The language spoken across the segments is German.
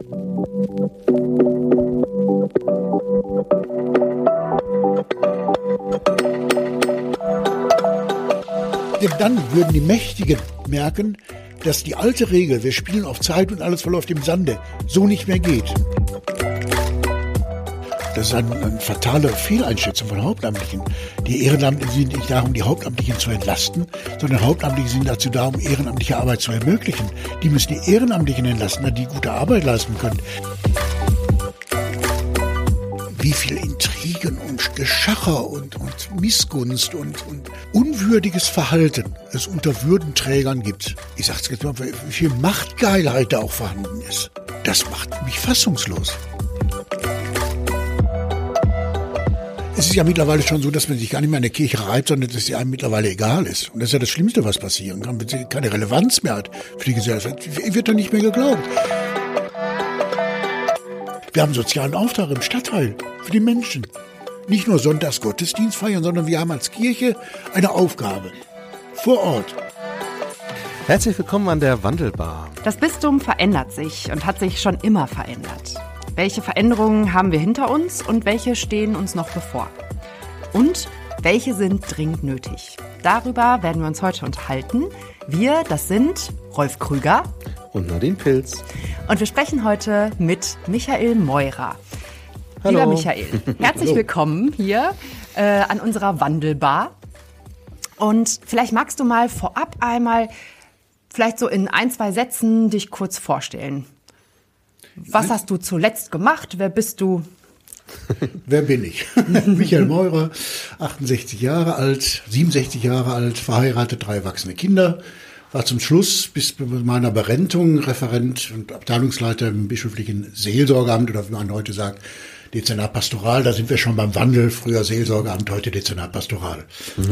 Denn dann würden die Mächtigen merken, dass die alte Regel, wir spielen auf Zeit und alles verläuft im Sande, so nicht mehr geht. Das ist eine fatale Fehleinschätzung von Hauptamtlichen. Die Ehrenamtlichen sind nicht da, um die Hauptamtlichen zu entlasten, sondern Hauptamtliche sind dazu da, um ehrenamtliche Arbeit zu ermöglichen. Die müssen die Ehrenamtlichen entlasten, die gute Arbeit leisten können. Wie viel Intrigen und Geschacher und Missgunst und unwürdiges Verhalten es unter Würdenträgern gibt. Ich sag's jetzt mal, wie viel Machtgeilheit da auch vorhanden ist. Das macht mich fassungslos. Es ist ja mittlerweile schon so, dass man sich gar nicht mehr an der Kirche reibt, sondern dass sie einem mittlerweile egal ist. Und das ist ja das Schlimmste, was passieren kann, wenn sie keine Relevanz mehr hat für die Gesellschaft. Wird doch nicht mehr geglaubt. Wir haben einen sozialen Auftrag im Stadtteil für die Menschen. Nicht nur sonntags Gottesdienst feiern, sondern wir haben als Kirche eine Aufgabe vor Ort. Herzlich willkommen an der Wandelbar. Das Bistum verändert sich und hat sich schon immer verändert. Welche Veränderungen haben wir hinter uns und welche stehen uns noch bevor? Und welche sind dringend nötig? Darüber werden wir uns heute unterhalten. Wir, das sind Rolf Krüger Und Nadine Pilz. Und wir sprechen heute mit Michael Meurer. Hallo. Lieber Michael, herzlich Hallo. willkommen hier an unserer Wandelbar. Und vielleicht magst du mal vorab einmal, vielleicht so in 1-2 Sätzen, dich kurz vorstellen. Was hast du zuletzt gemacht? Wer bist du? Wer bin ich? Michael Meurer, 68 Jahre alt, 67 Jahre alt, verheiratet, 3 erwachsene Kinder. War zum Schluss bis meiner Berentung Referent und Abteilungsleiter im bischöflichen Seelsorgeamt oder wie man heute sagt, Dezernat Pastoral. Da sind wir schon beim Wandel. Früher Seelsorgeamt, heute Dezernat Pastoral.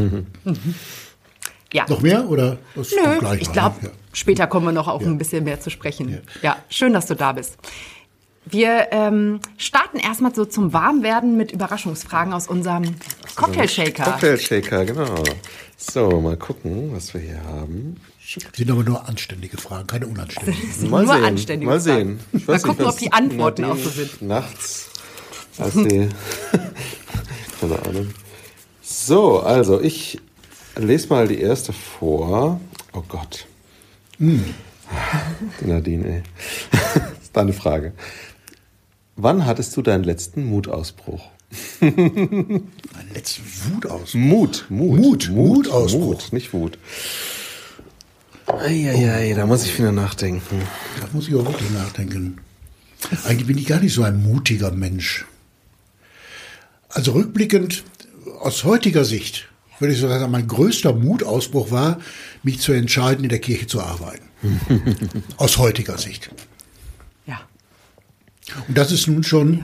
Ja. Noch mehr oder? Das kommt Nö, gleich ich noch, glaube, ne? Ja. später kommen wir noch auf ein bisschen mehr zu sprechen. Ja, schön, dass du da bist. Wir starten erstmal so zum Warmwerden mit Überraschungsfragen aus unserem Cocktail-Shaker. Cocktail-Shaker, genau. So, mal gucken, was wir hier haben. Sind aber nur anständige Fragen, keine unanständigen. Das sind Mal nur sehen, anständige mal Fragen. sehen. Ich Mal weiß gucken, nicht, ob die Antworten Nadine auch so sind. Nachts, als sie, keine Ahnung. So, also ich lese mal die erste vor. Oh Gott. Die Nadine, ey. Das ist deine Frage. Wann hattest du deinen letzten Mutausbruch? Mein letzter Wutausbruch. Mutausbruch. Mut. Nicht Wut. Eieiei, da muss ich wieder nachdenken. Da muss ich auch wirklich nachdenken. Eigentlich bin ich gar nicht so ein mutiger Mensch. Also rückblickend, aus heutiger Sicht, würde ich so sagen, mein größter Mutausbruch war, mich zu entscheiden, in der Kirche zu arbeiten. Aus heutiger Sicht. Ja. Und das ist nun schon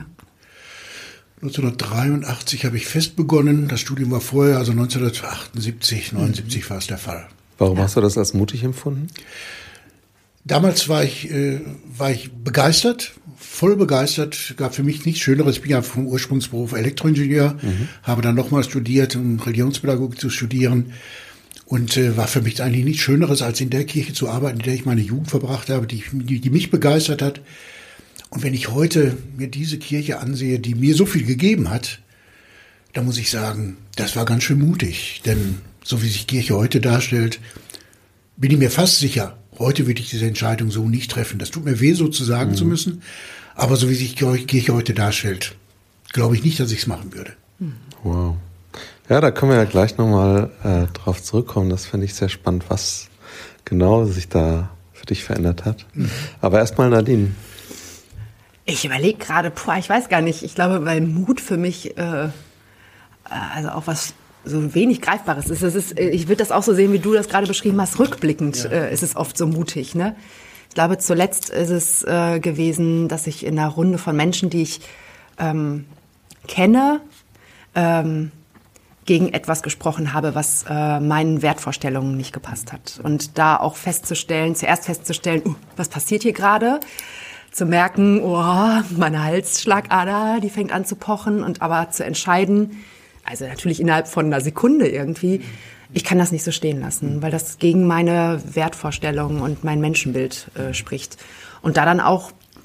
1983 habe ich fest begonnen. Das Studium war vorher, also 1978, 79 war es der Fall. Warum hast du das als mutig empfunden? Damals war ich begeistert, voll begeistert. Gab für mich nichts Schöneres. Ich bin ja vom Ursprungsberuf Elektroingenieur, habe dann nochmal studiert, um Religionspädagogik zu studieren. Und war für mich eigentlich nichts Schöneres, als in der Kirche zu arbeiten, in der ich meine Jugend verbracht habe, die mich begeistert hat. Und wenn ich heute mir diese Kirche ansehe, die mir so viel gegeben hat, dann muss ich sagen, das war ganz schön mutig. Denn so wie sich Kirche heute darstellt, bin ich mir fast sicher, heute würde ich diese Entscheidung so nicht treffen. Das tut mir weh, so zu sagen zu müssen. Aber so wie sich Kirche heute darstellt, glaube ich nicht, dass ich es machen würde. Wow. Ja, da können wir ja gleich nochmal drauf zurückkommen. Das finde ich sehr spannend, was genau sich da für dich verändert hat. Aber erstmal Nadine. Ich überlege gerade, ich weiß gar nicht. Ich glaube, weil Mut für mich also auch was so wenig Greifbares ist. Ich würde das auch so sehen, wie du das gerade beschrieben hast. Rückblickend ist es oft so mutig. Ne? Ich glaube, zuletzt ist es gewesen, dass ich in einer Runde von Menschen, die ich kenne, gegen etwas gesprochen habe, was meinen Wertvorstellungen nicht gepasst hat. Und da auch zuerst festzustellen, was passiert hier gerade? Zu merken, meine Halsschlagader, die fängt an zu pochen, und aber zu entscheiden, also natürlich innerhalb von einer Sekunde irgendwie, ich kann das nicht so stehen lassen, weil das gegen meine Wertvorstellungen und mein Menschenbild spricht. Und da dann auch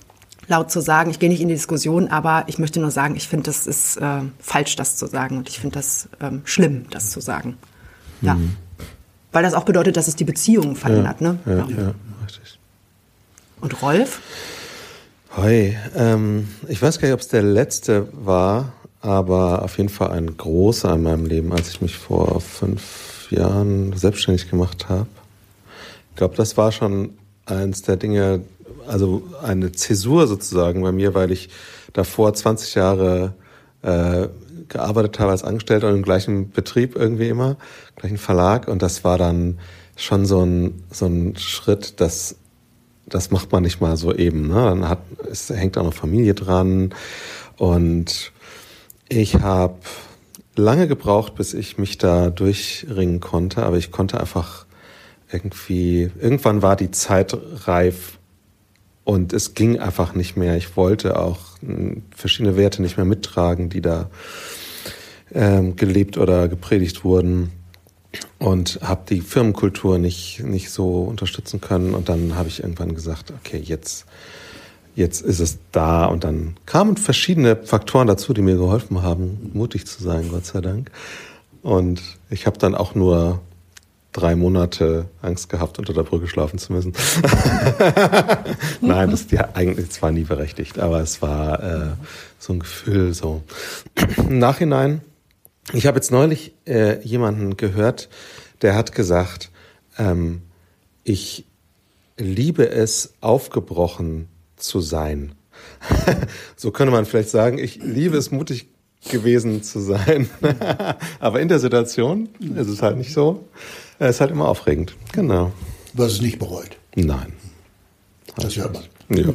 laut zu sagen. Ich gehe nicht in die Diskussion, aber ich möchte nur sagen, ich finde, das ist falsch, das zu sagen. Und ich finde das schlimm, das zu sagen. Ja. Weil das auch bedeutet, dass es die Beziehung verändert. Ja, ne? Ja, richtig. Und Rolf? Hoi, ich weiß gar nicht, ob es der letzte war, aber auf jeden Fall ein großer in meinem Leben, als ich mich vor 5 Jahren selbstständig gemacht habe. Ich glaube, das war schon eins der Dinge, also eine Zäsur sozusagen bei mir, weil ich davor 20 Jahre gearbeitet habe als Angestellter und im gleichen Betrieb irgendwie immer, gleichen Verlag. Und das war dann schon so ein Schritt, das macht man nicht mal so eben. Ne? Dann hängt auch noch Familie dran. Und ich habe lange gebraucht, bis ich mich da durchringen konnte. Aber ich konnte einfach irgendwann war die Zeit reif und es ging einfach nicht mehr. Ich wollte auch verschiedene Werte nicht mehr mittragen, die da gelebt oder gepredigt wurden. Und habe die Firmenkultur nicht so unterstützen können. Und dann habe ich irgendwann gesagt, okay, jetzt ist es da. Und dann kamen verschiedene Faktoren dazu, die mir geholfen haben, mutig zu sein, Gott sei Dank. Und ich habe dann auch nur 3 Monate Angst gehabt, unter der Brücke schlafen zu müssen. Nein, das ja eigentlich zwar nie berechtigt, aber es war so ein Gefühl. So im Nachhinein. Ich habe jetzt neulich jemanden gehört, der hat gesagt, ich liebe es, aufgebrochen zu sein. So könnte man vielleicht sagen, ich liebe es, mutig gewesen zu sein. Aber in der Situation ist es halt nicht so. Es ist halt immer aufregend. Genau. Du hast es nicht bereut. Nein. Das hört man. Ja.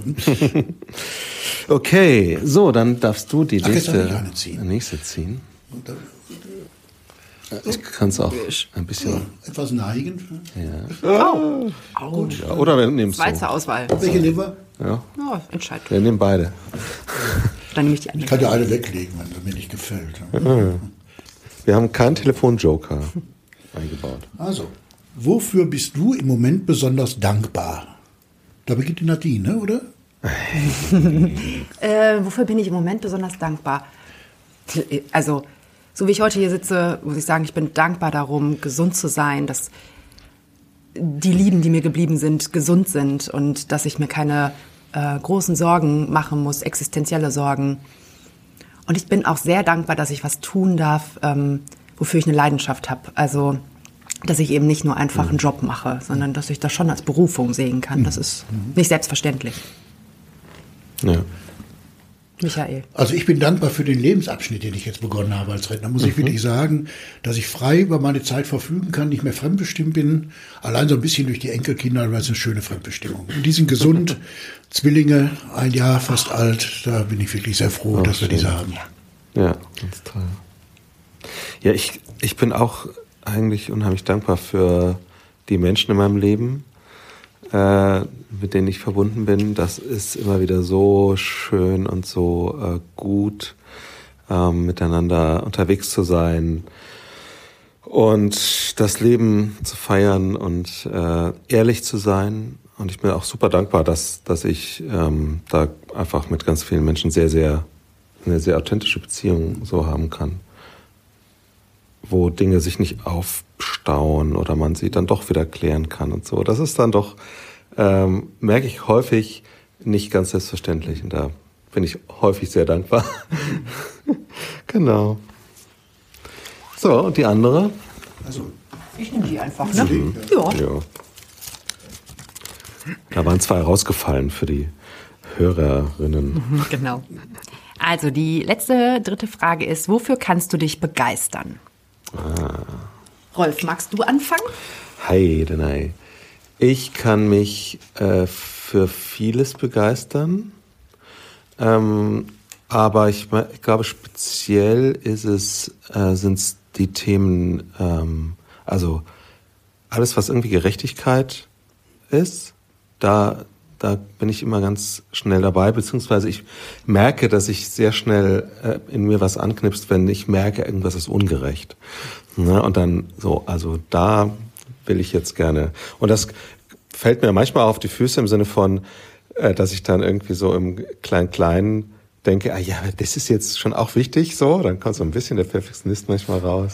Okay, so, dann darfst du die nächste ziehen. Ich kann es auch ein bisschen... Etwas neigen. Ja. Oh. Gut. Ja, oder wir nehmen es so. Zweite Auswahl. Welche nehmen wir? Ja. Oh, entscheid. Wir nehmen beide. Dann nehme ich die andere. Ich kann ja eine weglegen, wenn sie mir nicht gefällt. Wir haben keinen Telefonjoker eingebaut. Also, wofür bist du im Moment besonders dankbar? Da beginnt die Nadine, oder? Wofür bin ich im Moment besonders dankbar? Also, so wie ich heute hier sitze, muss ich sagen, ich bin dankbar darum, gesund zu sein, dass die Lieben, die mir geblieben sind, gesund sind und dass ich mir keine großen Sorgen machen muss, existenzielle Sorgen. Und ich bin auch sehr dankbar, dass ich was tun darf, wofür ich eine Leidenschaft habe. Also, dass ich eben nicht nur einfach einen Job mache, sondern dass ich das schon als Berufung sehen kann. Das ist nicht selbstverständlich. Ja. Michael. Also ich bin dankbar für den Lebensabschnitt, den ich jetzt begonnen habe als Rentner. Muss ich wirklich sagen, dass ich frei über meine Zeit verfügen kann, nicht mehr fremdbestimmt bin. Allein so ein bisschen durch die Enkelkinder, weil es eine schöne Fremdbestimmung. Und die sind gesund, Zwillinge, 1 Jahr fast alt. Da bin ich wirklich sehr froh, dass wir diese haben. Ja, ganz toll. Ja, ich bin auch eigentlich unheimlich dankbar für die Menschen in meinem Leben, mit denen ich verbunden bin. Das ist immer wieder so schön und so gut, miteinander unterwegs zu sein und das Leben zu feiern und ehrlich zu sein. Und ich bin auch super dankbar, dass ich da einfach mit ganz vielen Menschen eine sehr authentische Beziehung so haben kann, wo Dinge sich nicht aufstauen oder man sie dann doch wieder klären kann und so. Das ist dann doch, merke ich häufig, nicht ganz selbstverständlich. Und da bin ich häufig sehr dankbar. Genau. So, und die andere? Also, Ich nehme die einfach, ne? Ja. Ja. Da waren 2 rausgefallen für die Hörerinnen. Genau. Also die letzte, 3. Frage ist, wofür kannst du dich begeistern? Rolf, magst du anfangen? Heidenei. Ich kann mich für vieles begeistern, aber ich glaube speziell sind es die Themen, also alles, was irgendwie Gerechtigkeit ist, da bin ich immer ganz schnell dabei, beziehungsweise ich merke, dass ich sehr schnell in mir was anknipst, wenn ich merke, irgendwas ist ungerecht. Ne? Und dann so, also da will ich jetzt gerne. Und das fällt mir manchmal auf die Füße im Sinne von, dass ich dann irgendwie so im Klein-Kleinen denke, das ist jetzt schon auch wichtig, so, dann kommt so ein bisschen der Perfektionist manchmal raus.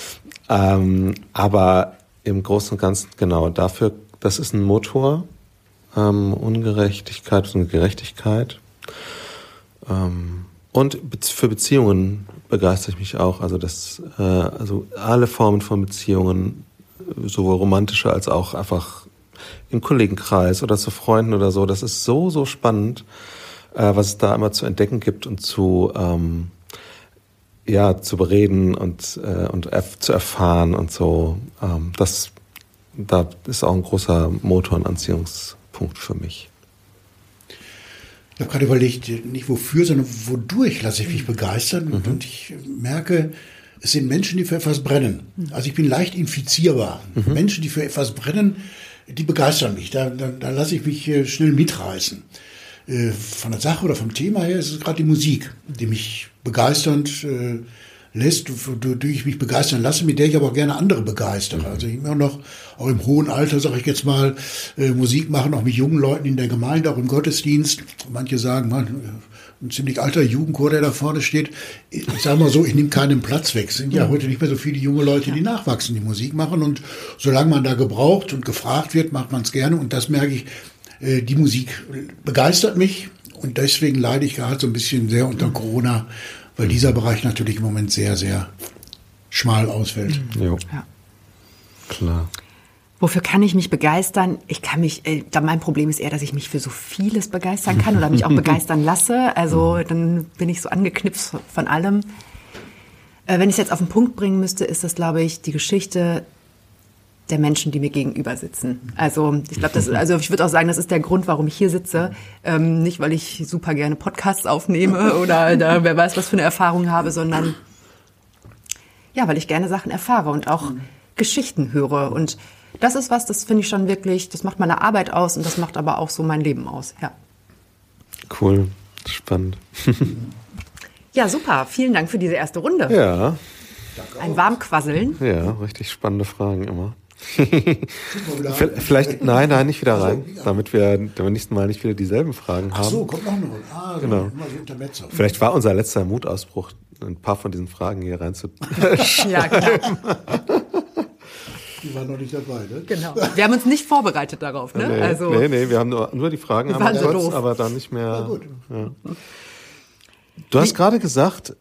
Aber im Großen und Ganzen, genau, dafür, das ist ein Motor, Ungerechtigkeit und Gerechtigkeit. Und für Beziehungen begeistere ich mich auch, also also alle Formen von Beziehungen, sowohl romantische als auch einfach im Kollegenkreis oder zu Freunden oder so, das ist so, so spannend, was es da immer zu entdecken gibt und zu bereden und zu erfahren und so. Da ist auch ein großer Motor und Anziehungspunkt für mich. Ich habe gerade überlegt, nicht wofür, sondern wodurch lasse ich mich begeistern. Und ich merke, es sind Menschen, die für etwas brennen. Also ich bin leicht infizierbar. Menschen, die für etwas brennen, die begeistern mich. Da lasse ich mich schnell mitreißen. Von der Sache oder vom Thema her ist es gerade die Musik, die mich begeisternd lässt, wodurch ich mich begeistern lasse, mit der ich aber auch gerne andere begeistere. Also ich immer noch, auch im hohen Alter, sage ich jetzt mal, Musik machen, auch mit jungen Leuten in der Gemeinde, auch im Gottesdienst. Manche sagen, man, ein ziemlich alter Jugendchor, der da vorne steht. Ich sage mal so, ich nehme keinen Platz weg. Es sind ja heute nicht mehr so viele junge Leute, die nachwachsen, die Musik machen. Und solange man da gebraucht und gefragt wird, macht man es gerne. Und das merke ich, die Musik begeistert mich. Und deswegen leide ich gerade so ein bisschen sehr unter Corona, weil dieser Bereich natürlich im Moment sehr, sehr schmal ausfällt. Jo. Ja. Klar. Wofür kann ich mich begeistern? Mein Problem ist eher, dass ich mich für so vieles begeistern kann oder mich auch begeistern lasse. Also dann bin ich so angeknipst von allem. Wenn ich es jetzt auf den Punkt bringen müsste, ist das, glaube ich, die Geschichte der Menschen, die mir gegenüber sitzen. Also ich glaube, ich würde auch sagen, das ist der Grund, warum ich hier sitze. Nicht, weil ich super gerne Podcasts aufnehme oder wer weiß, was für eine Erfahrung habe, sondern ja, weil ich gerne Sachen erfahre und auch Geschichten höre. Und das ist was, das finde ich schon wirklich, das macht meine Arbeit aus und das macht aber auch so mein Leben aus. Ja. Cool, spannend. Ja, super. Vielen Dank für diese erste Runde. Ja. Ein Warmquasseln. Ja, richtig spannende Fragen immer. Vielleicht, nein, nicht wieder rein, damit wir beim nächsten Mal nicht wieder dieselben Fragen haben. Ach so, kommt noch eine Runde. Genau. So Intermezzo. Vielleicht war unser letzter Mutausbruch, ein paar von diesen Fragen hier rein zu Ja, genau. Die waren noch nicht dabei, ne? Genau. Wir haben uns nicht vorbereitet darauf, ne? Nee, wir haben nur die Fragen waren einmal so kurz, doof. aber dann nicht mehr. Na gut. Ja. Du hast gerade gesagt,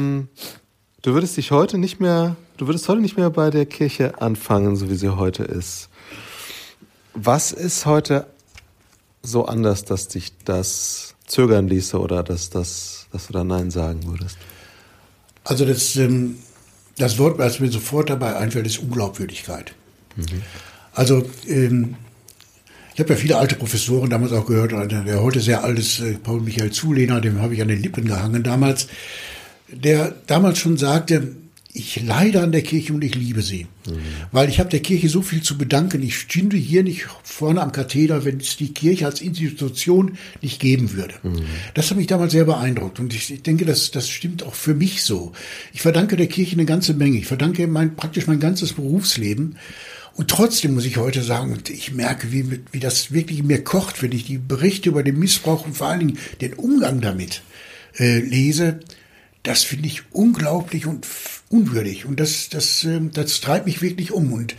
du würdest heute nicht mehr bei der Kirche anfangen, so wie sie heute ist. Was ist heute so anders, dass dich das zögern ließe oder dass du da Nein sagen würdest? Also das Wort, was mir sofort dabei einfällt, ist Unglaubwürdigkeit. Also ich habe ja viele alte Professoren damals auch gehört, der heute sehr alt ist, Paul Michael Zulehner, dem habe ich an den Lippen gehangen damals, der damals schon sagte, ich leide an der Kirche und ich liebe sie. Weil ich habe der Kirche so viel zu bedanken. Ich stünde hier nicht vorne am Katheder, wenn es die Kirche als Institution nicht geben würde. Das hat mich damals sehr beeindruckt. Und ich denke, das stimmt auch für mich so. Ich verdanke der Kirche eine ganze Menge. Ich verdanke praktisch mein ganzes Berufsleben. Und trotzdem muss ich heute sagen, und ich merke, wie das wirklich in mir kocht, wenn ich die Berichte über den Missbrauch und vor allen Dingen den Umgang damit lese. Das finde ich unglaublich und unwürdig. Und das treibt mich wirklich um. Und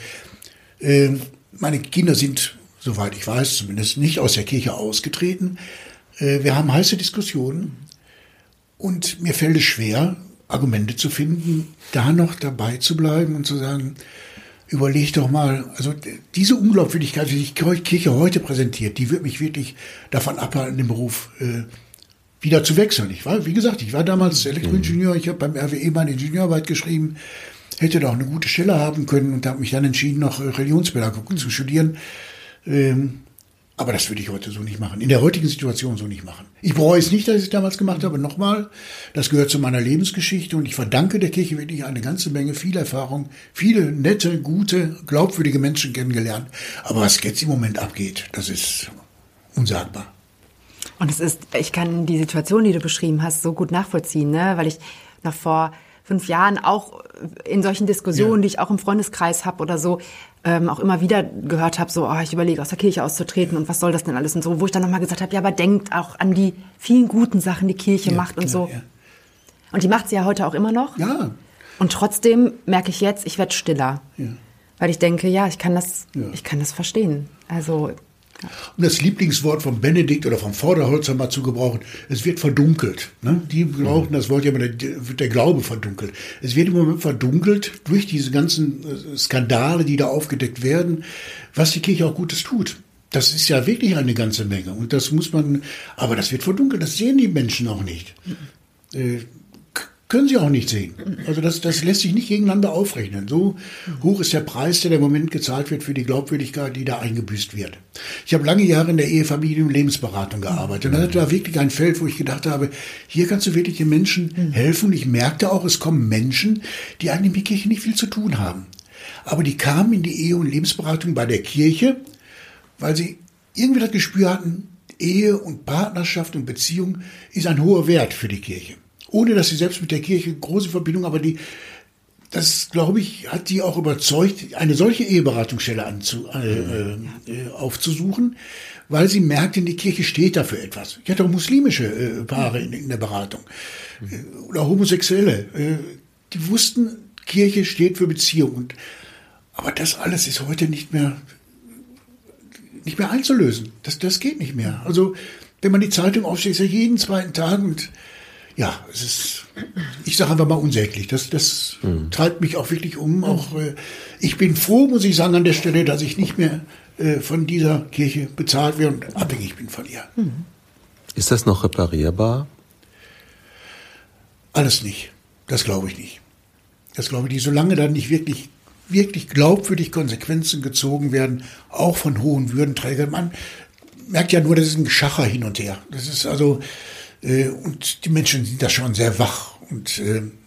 meine Kinder sind, soweit ich weiß, zumindest nicht aus der Kirche ausgetreten. Wir haben heiße Diskussionen. Und mir fällt es schwer, Argumente zu finden, da noch dabei zu bleiben und zu sagen, überleg doch mal, also diese Unglaubwürdigkeit, wie sich Kirche heute präsentiert, die wird mich wirklich davon abhalten, den Beruf wieder zu wechseln. Ich war damals Elektroingenieur, ich habe beim RWE meine Ingenieurarbeit geschrieben, hätte da auch eine gute Stelle haben können und habe mich dann entschieden, noch Religionspädagogik zu studieren. Aber das würde ich heute so nicht machen, in der heutigen Situation so nicht machen. Ich bereue es nicht, dass ich es damals gemacht habe. Nochmal, das gehört zu meiner Lebensgeschichte und ich verdanke der Kirche wirklich eine ganze Menge, viel Erfahrung, viele nette, gute, glaubwürdige Menschen kennengelernt. Aber was jetzt im Moment abgeht, das ist unsagbar. Und ich kann die Situation, die du beschrieben hast, so gut nachvollziehen, ne? Weil ich noch vor 5 Jahren auch in solchen Diskussionen, die ich auch im Freundeskreis habe oder so, auch immer wieder gehört habe, so, ich überlege, aus der Kirche auszutreten und was soll das denn alles und so, wo ich dann nochmal gesagt habe, ja, aber denkt auch an die vielen guten Sachen, die Kirche macht und so. Ja. Und die macht sie ja heute auch immer noch. Ja. Und trotzdem merke ich jetzt, ich werde stiller. Ja. Weil ich denke, ich kann das verstehen. Also... Ja. Um das Lieblingswort von Benedikt oder vom Vorderholzer mal zu gebrauchen, es wird verdunkelt. Ne? Die brauchen das Wort ja immer, der Glaube verdunkelt. Es wird im Moment verdunkelt durch diese ganzen Skandale, die da aufgedeckt werden, was die Kirche auch Gutes tut. Das ist ja wirklich eine ganze Menge. Und das muss man, aber das wird verdunkelt, das sehen die Menschen auch nicht. Können sie auch nicht sehen. Also das lässt sich nicht gegeneinander aufrechnen. So hoch ist der Preis, der im Moment gezahlt wird für die Glaubwürdigkeit, die da eingebüßt wird. Ich habe lange Jahre in der Ehe-, Familien- und Lebensberatung gearbeitet. Und das war wirklich ein Feld, wo ich gedacht habe, hier kannst du wirklich den Menschen helfen. Und ich merkte auch, es kommen Menschen, die eigentlich mit Kirche nicht viel zu tun haben. Aber die kamen in die Ehe- und Lebensberatung bei der Kirche, weil sie irgendwie das Gespür hatten, Ehe und Partnerschaft und Beziehung ist ein hoher Wert für die Kirche. Ohne, dass sie selbst mit der Kirche große Verbindung, aber das, glaube ich, hat die auch überzeugt, eine solche Eheberatungsstelle aufzusuchen, weil sie merkten, die Kirche steht dafür etwas. Ich hatte auch muslimische Paare in der Beratung oder Homosexuelle. Die wussten, Kirche steht für Beziehung. Aber das alles ist heute nicht mehr einzulösen. Das geht nicht mehr. Also, wenn man die Zeitung aufsteht, ist ja jeden zweiten Tag und ja, es ist, ich sage einfach mal unsäglich. Das treibt mich auch wirklich um. Auch ich bin froh, muss ich sagen, an der Stelle, dass ich nicht mehr von dieser Kirche bezahlt werde und abhängig bin von ihr. Ist das noch reparierbar? Alles nicht. Das glaube ich nicht. Das glaube ich nicht. Solange dann nicht wirklich glaubwürdig Konsequenzen gezogen werden, auch von hohen Würdenträgern. Man merkt ja nur, das ist ein Geschacher hin und her. Das ist also... Und die Menschen sind da schon sehr wach. Und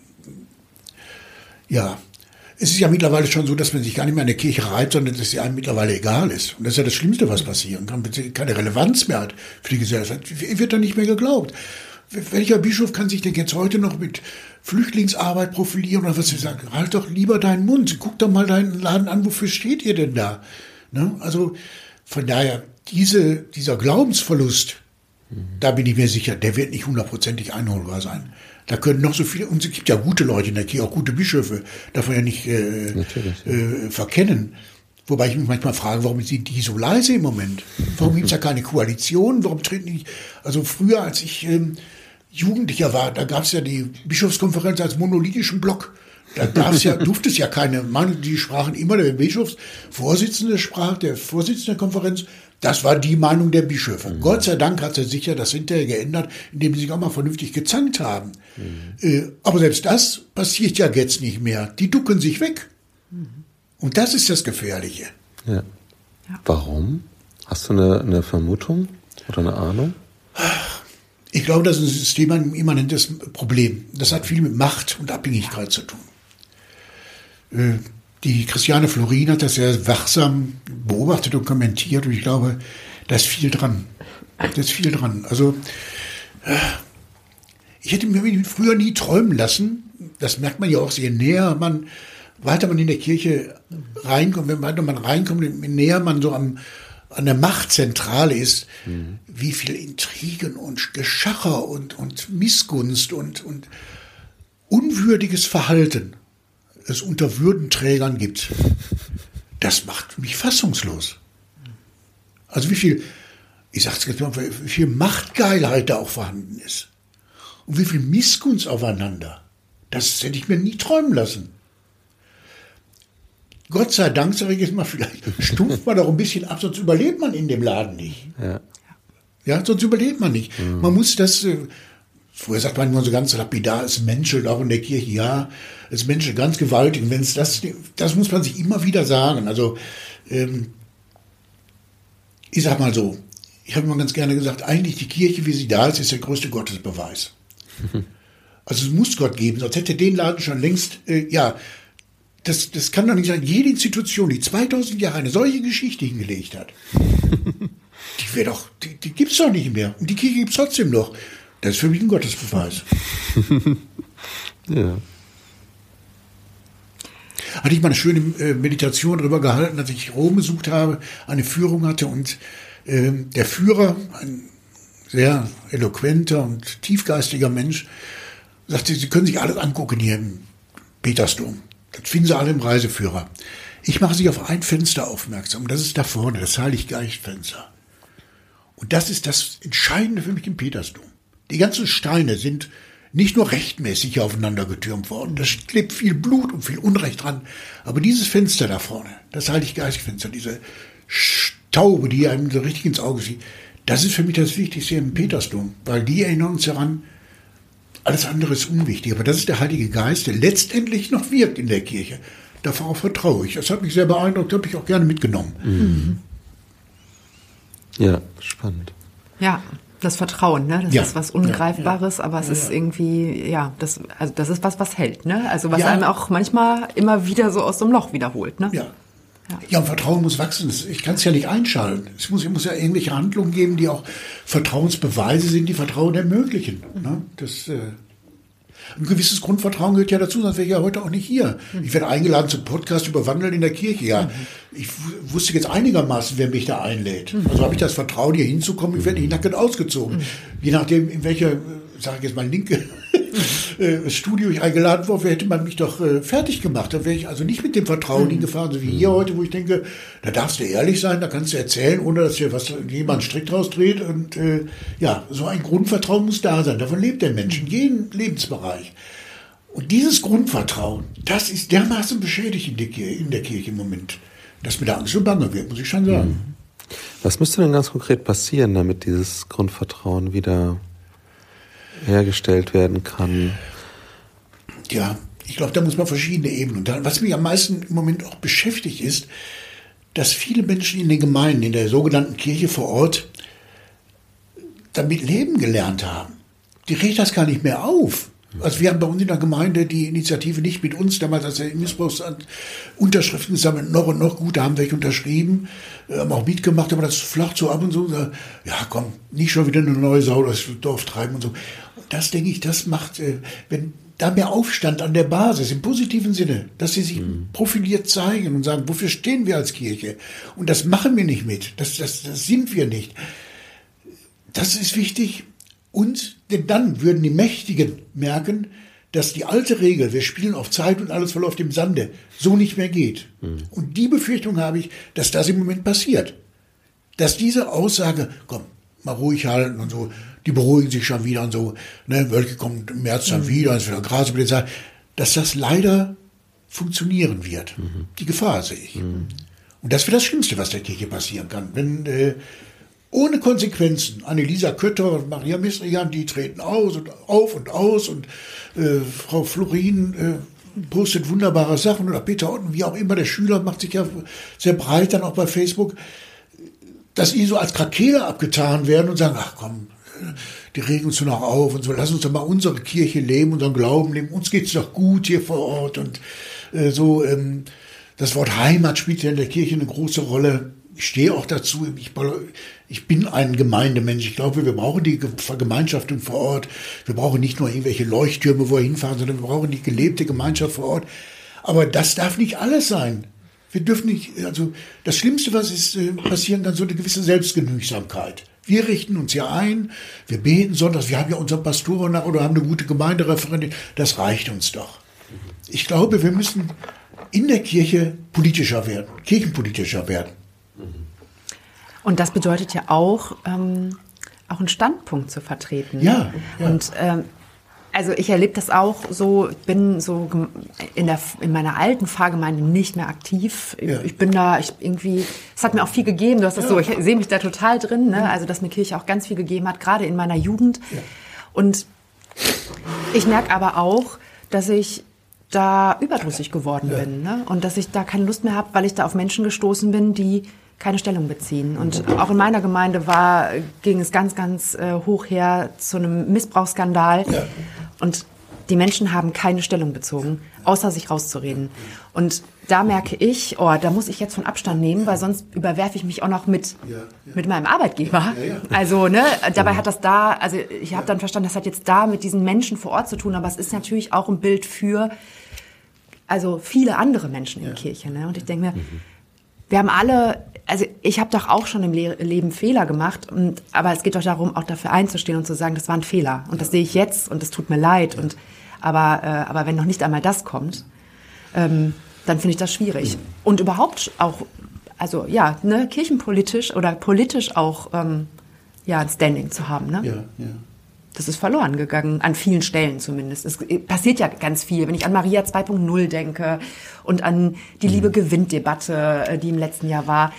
es ist ja mittlerweile schon so, dass man sich gar nicht mehr an der Kirche reibt, sondern dass es einem mittlerweile egal ist. Und das ist ja das Schlimmste, was passieren kann. Keine Relevanz mehr hat für die Gesellschaft. Wird dann nicht mehr geglaubt. Welcher Bischof kann sich denn jetzt heute noch mit Flüchtlingsarbeit profilieren oder was sie sagen? Halt doch lieber deinen Mund. Guck doch mal deinen Laden an. Wofür steht ihr denn da? Ne? Also von daher, dieser Glaubensverlust, da bin ich mir sicher, der wird nicht 100%ig einholbar sein. Da können noch so viele, und es gibt ja gute Leute in der Kirche, auch gute Bischöfe, darf man ja nicht verkennen. Wobei ich mich manchmal frage, warum sind die so leise im Moment? Warum gibt es da keine Koalition? Warum treten die? Also früher, als ich Jugendlicher war, da gab es ja die Bischofskonferenz als monolithischen Block. Da durfte es ja keine Mann, die sprachen immer, der Bischofsvorsitzende sprach, der Vorsitzende der Konferenz. Das war die Meinung der Bischöfe. Gott sei Dank hat sich ja das hinterher geändert, indem sie sich auch mal vernünftig gezankt haben. Aber selbst das passiert ja jetzt nicht mehr. Die ducken sich weg. Und das ist das Gefährliche. Ja. Warum? Hast du eine Vermutung oder eine Ahnung? Ich glaube, das ist ein systemunimmanentes Problem. Das hat viel mit Macht und Abhängigkeit zu tun. Die Christiane Florin hat das sehr wachsam beobachtet und kommentiert und ich glaube, da ist viel dran. Also, ich hätte mir früher nie träumen lassen, das merkt man ja auch, je näher weiter man in der Kirche reinkommt, wenn weiter man reinkommt, je näher man so an der Machtzentrale ist, wie viel Intrigen und Geschacher und Missgunst und unwürdiges Verhalten es unter Würdenträgern gibt. Das macht mich fassungslos. Also wie viel Machtgeilheit da auch vorhanden ist. Und wie viel Missgunst aufeinander. Das hätte ich mir nie träumen lassen. Gott sei Dank, sage ich jetzt mal, vielleicht stumpft man doch ein bisschen ab, sonst überlebt man in dem Laden nicht. Ja, sonst überlebt man nicht. Man muss das, früher sagt man immer so ganz lapidar, es menschelt auch in der Kirche, ja, es menschelt ganz gewaltig. Und wenn es das muss man sich immer wieder sagen. Also, ich sag mal so, ich habe immer ganz gerne gesagt, eigentlich die Kirche, wie sie da ist der größte Gottesbeweis. Also es muss Gott geben, sonst hätte den Laden schon längst, das kann doch nicht sein. Jede Institution, die 2000 Jahre eine solche Geschichte hingelegt hat, die gibt's doch nicht mehr. Und die Kirche gibt's trotzdem noch. Das ist für mich ein Gottesbeweis. Ja. hatte ich mal eine schöne Meditation darüber gehalten, als ich Rom besucht habe, eine Führung hatte und der Führer, ein sehr eloquenter und tiefgeistiger Mensch, sagte, Sie können sich alles angucken hier im Petersdom. Das finden Sie alle im Reiseführer. Ich mache Sie auf ein Fenster aufmerksam. Und das ist da vorne, das Heiliggeistfenster. Und das ist das Entscheidende für mich im Petersdom. Die ganzen Steine sind nicht nur rechtmäßig aufeinander getürmt worden. Da klebt viel Blut und viel Unrecht dran. Aber dieses Fenster da vorne, das Heiliggeistfenster, diese Taube, die einem so richtig ins Auge sieht, das ist für mich das Wichtigste im Petersdom. Weil die erinnern uns daran, alles andere ist unwichtig. Aber das ist der Heilige Geist, der letztendlich noch wirkt in der Kirche. Darauf vertraue ich. Das hat mich sehr beeindruckt, habe ich auch gerne mitgenommen. Mhm. Ja, spannend. Ja, das Vertrauen, ne? Das ist was Ungreifbares, aber es ist irgendwie, das ist was hält, ne? Also was einem auch manchmal immer wieder so aus dem Loch wiederholt, ne? Ja, und Vertrauen muss wachsen. Ich kann es ja nicht einschalten. Es muss ja irgendwelche Handlungen geben, die auch Vertrauensbeweise sind, die Vertrauen ermöglichen. Ne? Ein gewisses Grundvertrauen gehört ja dazu, sonst wäre ich ja heute auch nicht hier. Ich werde eingeladen zum Podcast über Wandeln in der Kirche. Ja, ich wusste jetzt einigermaßen, wer mich da einlädt. Also habe ich das Vertrauen, hier hinzukommen. Ich werde nicht nackend ausgezogen. Je nachdem, in welcher, sage ich jetzt mal, linke Studio ich eingeladen wurde, hätte man mich doch fertig gemacht. Da wäre ich also nicht mit dem Vertrauen hingefahren, so wie hier heute, wo ich denke, da darfst du ehrlich sein, da kannst du erzählen, ohne dass dir jemand einen Strick draus dreht. Und so ein Grundvertrauen muss da sein. Davon lebt der Mensch in jedem Lebensbereich. Und dieses Grundvertrauen, das ist dermaßen beschädigt in der Kirche im Moment, dass mir da Angst und Bange wird, muss ich schon sagen. Was müsste denn ganz konkret passieren, damit dieses Grundvertrauen wieder hergestellt werden kann? Ja, ich glaube, da muss man verschiedene Ebenen. Und was mich am meisten im Moment auch beschäftigt ist, dass viele Menschen in den Gemeinden, in der sogenannten Kirche vor Ort, damit leben gelernt haben. Die regt das gar nicht mehr auf. Also wir haben bei uns in der Gemeinde die Initiative nicht mit uns, damals als der Missbrauchsunterschriften gesammelt, noch und noch, gut, da haben welche unterschrieben, haben auch mitgemacht, aber das flacht so ab und so, ja komm, nicht schon wieder eine neue Sau durchs Dorf treiben und so. Und das, denke ich, das macht, wenn da mehr Aufstand an der Basis, im positiven Sinne, dass sie sich profiliert zeigen und sagen, wofür stehen wir als Kirche? Und das machen wir nicht mit, das sind wir nicht. Das ist wichtig. Denn dann würden die Mächtigen merken, dass die alte Regel, wir spielen auf Zeit und alles verläuft im Sande, so nicht mehr geht. Und die Befürchtung habe ich, dass das im Moment passiert. Dass diese Aussage, komm, mal ruhig halten und so, die beruhigen sich schon wieder und so, ne, Wölke kommt im März dann wieder, ist wieder Gras über den Saal, dass das leider funktionieren wird. Die Gefahr sehe ich. Und das wäre das Schlimmste, was der Kirche passieren kann. Wenn ohne Konsequenzen. Annelisa Kötter und Maria Misrian, die treten auf und aus und Frau Florin postet wunderbare Sachen oder Peter Otten, wie auch immer, der Schüler macht sich ja sehr breit dann auch bei Facebook, dass die so als Krakele abgetan werden und sagen, ach komm, die regen uns nur noch auf und so, lass uns doch mal unsere Kirche leben, unseren Glauben leben, uns geht's doch gut hier vor Ort und das Wort Heimat spielt ja in der Kirche eine große Rolle. Ich stehe auch dazu, ich bin ein Gemeindemensch. Ich glaube, wir brauchen die Vergemeinschaftung vor Ort. Wir brauchen nicht nur irgendwelche Leuchttürme, wo wir hinfahren, sondern wir brauchen die gelebte Gemeinschaft vor Ort. Aber das darf nicht alles sein. Wir dürfen nicht, also das Schlimmste, was ist, passieren kann, so eine gewisse Selbstgenügsamkeit. Wir richten uns ja ein, wir beten sonntags, wir haben ja unseren Pastor nach oder haben eine gute Gemeindereferentin. Das reicht uns doch. Ich glaube, wir müssen in der Kirche politischer werden, kirchenpolitischer werden. Und das bedeutet ja auch einen Standpunkt zu vertreten. Ja. Und also ich erlebe das auch so, bin so in meiner alten Pfarrgemeinde nicht mehr aktiv. Ich bin da, es hat mir auch viel gegeben, du hast das so, ich sehe mich da total drin, ne? Also dass mir Kirche auch ganz viel gegeben hat, gerade in meiner Jugend. Ja. Und ich merke aber auch, dass ich da überdrüssig geworden bin, ne? Und dass ich da keine Lust mehr habe, weil ich da auf Menschen gestoßen bin, die keine Stellung beziehen. Und auch in meiner Gemeinde ging es ganz, ganz hoch her zu einem Missbrauchsskandal. Ja. Und die Menschen haben keine Stellung bezogen, außer sich rauszureden. Und da merke ich, da muss ich jetzt von Abstand nehmen, weil sonst überwerfe ich mich auch noch mit meinem Arbeitgeber. Ja. Also, ne, dabei hat das ich habe dann verstanden, das hat jetzt da mit diesen Menschen vor Ort zu tun, aber es ist natürlich auch ein Bild für also viele andere Menschen in Kirche. Ne? Und ich denke mir, wir haben alle, also ich habe doch auch schon im Leben Fehler gemacht, aber es geht doch darum, auch dafür einzustehen und zu sagen, das war ein Fehler. Und das sehe ich jetzt und das tut mir leid. Aber wenn noch nicht einmal das kommt, dann finde ich das schwierig. Und überhaupt auch, also kirchenpolitisch oder politisch auch ein Standing zu haben. Ne? Ja. Das ist verloren gegangen, an vielen Stellen zumindest. Es passiert ja ganz viel, wenn ich an Maria 2.0 denke und an die Liebe-gewinnt-Debatte, die im letzten Jahr war.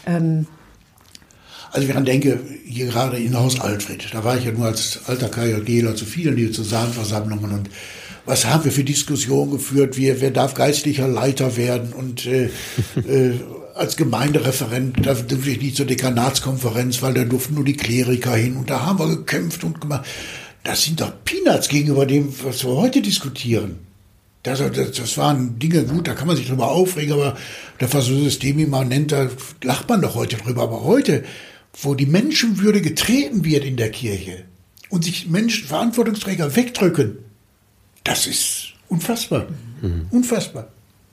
Also wenn ich denke, hier gerade in Haus Alfred, da war ich ja nur als alter KJGler zu vielen zu Sahnversammlungen und was haben wir für Diskussionen geführt, wer darf geistlicher Leiter werden und als Gemeindereferent, da durfte ich nicht zur Dekanatskonferenz, weil da durften nur die Kleriker hin und da haben wir gekämpft und gemacht. Das sind doch Peanuts gegenüber dem, was wir heute diskutieren. Das waren Dinge, gut, da kann man sich drüber aufregen, aber das war so systemimmanent, da lacht man doch heute drüber. Aber heute, wo die Menschenwürde getreten wird in der Kirche und sich Menschen, Verantwortungsträger wegdrücken, das ist unfassbar. Unfassbar.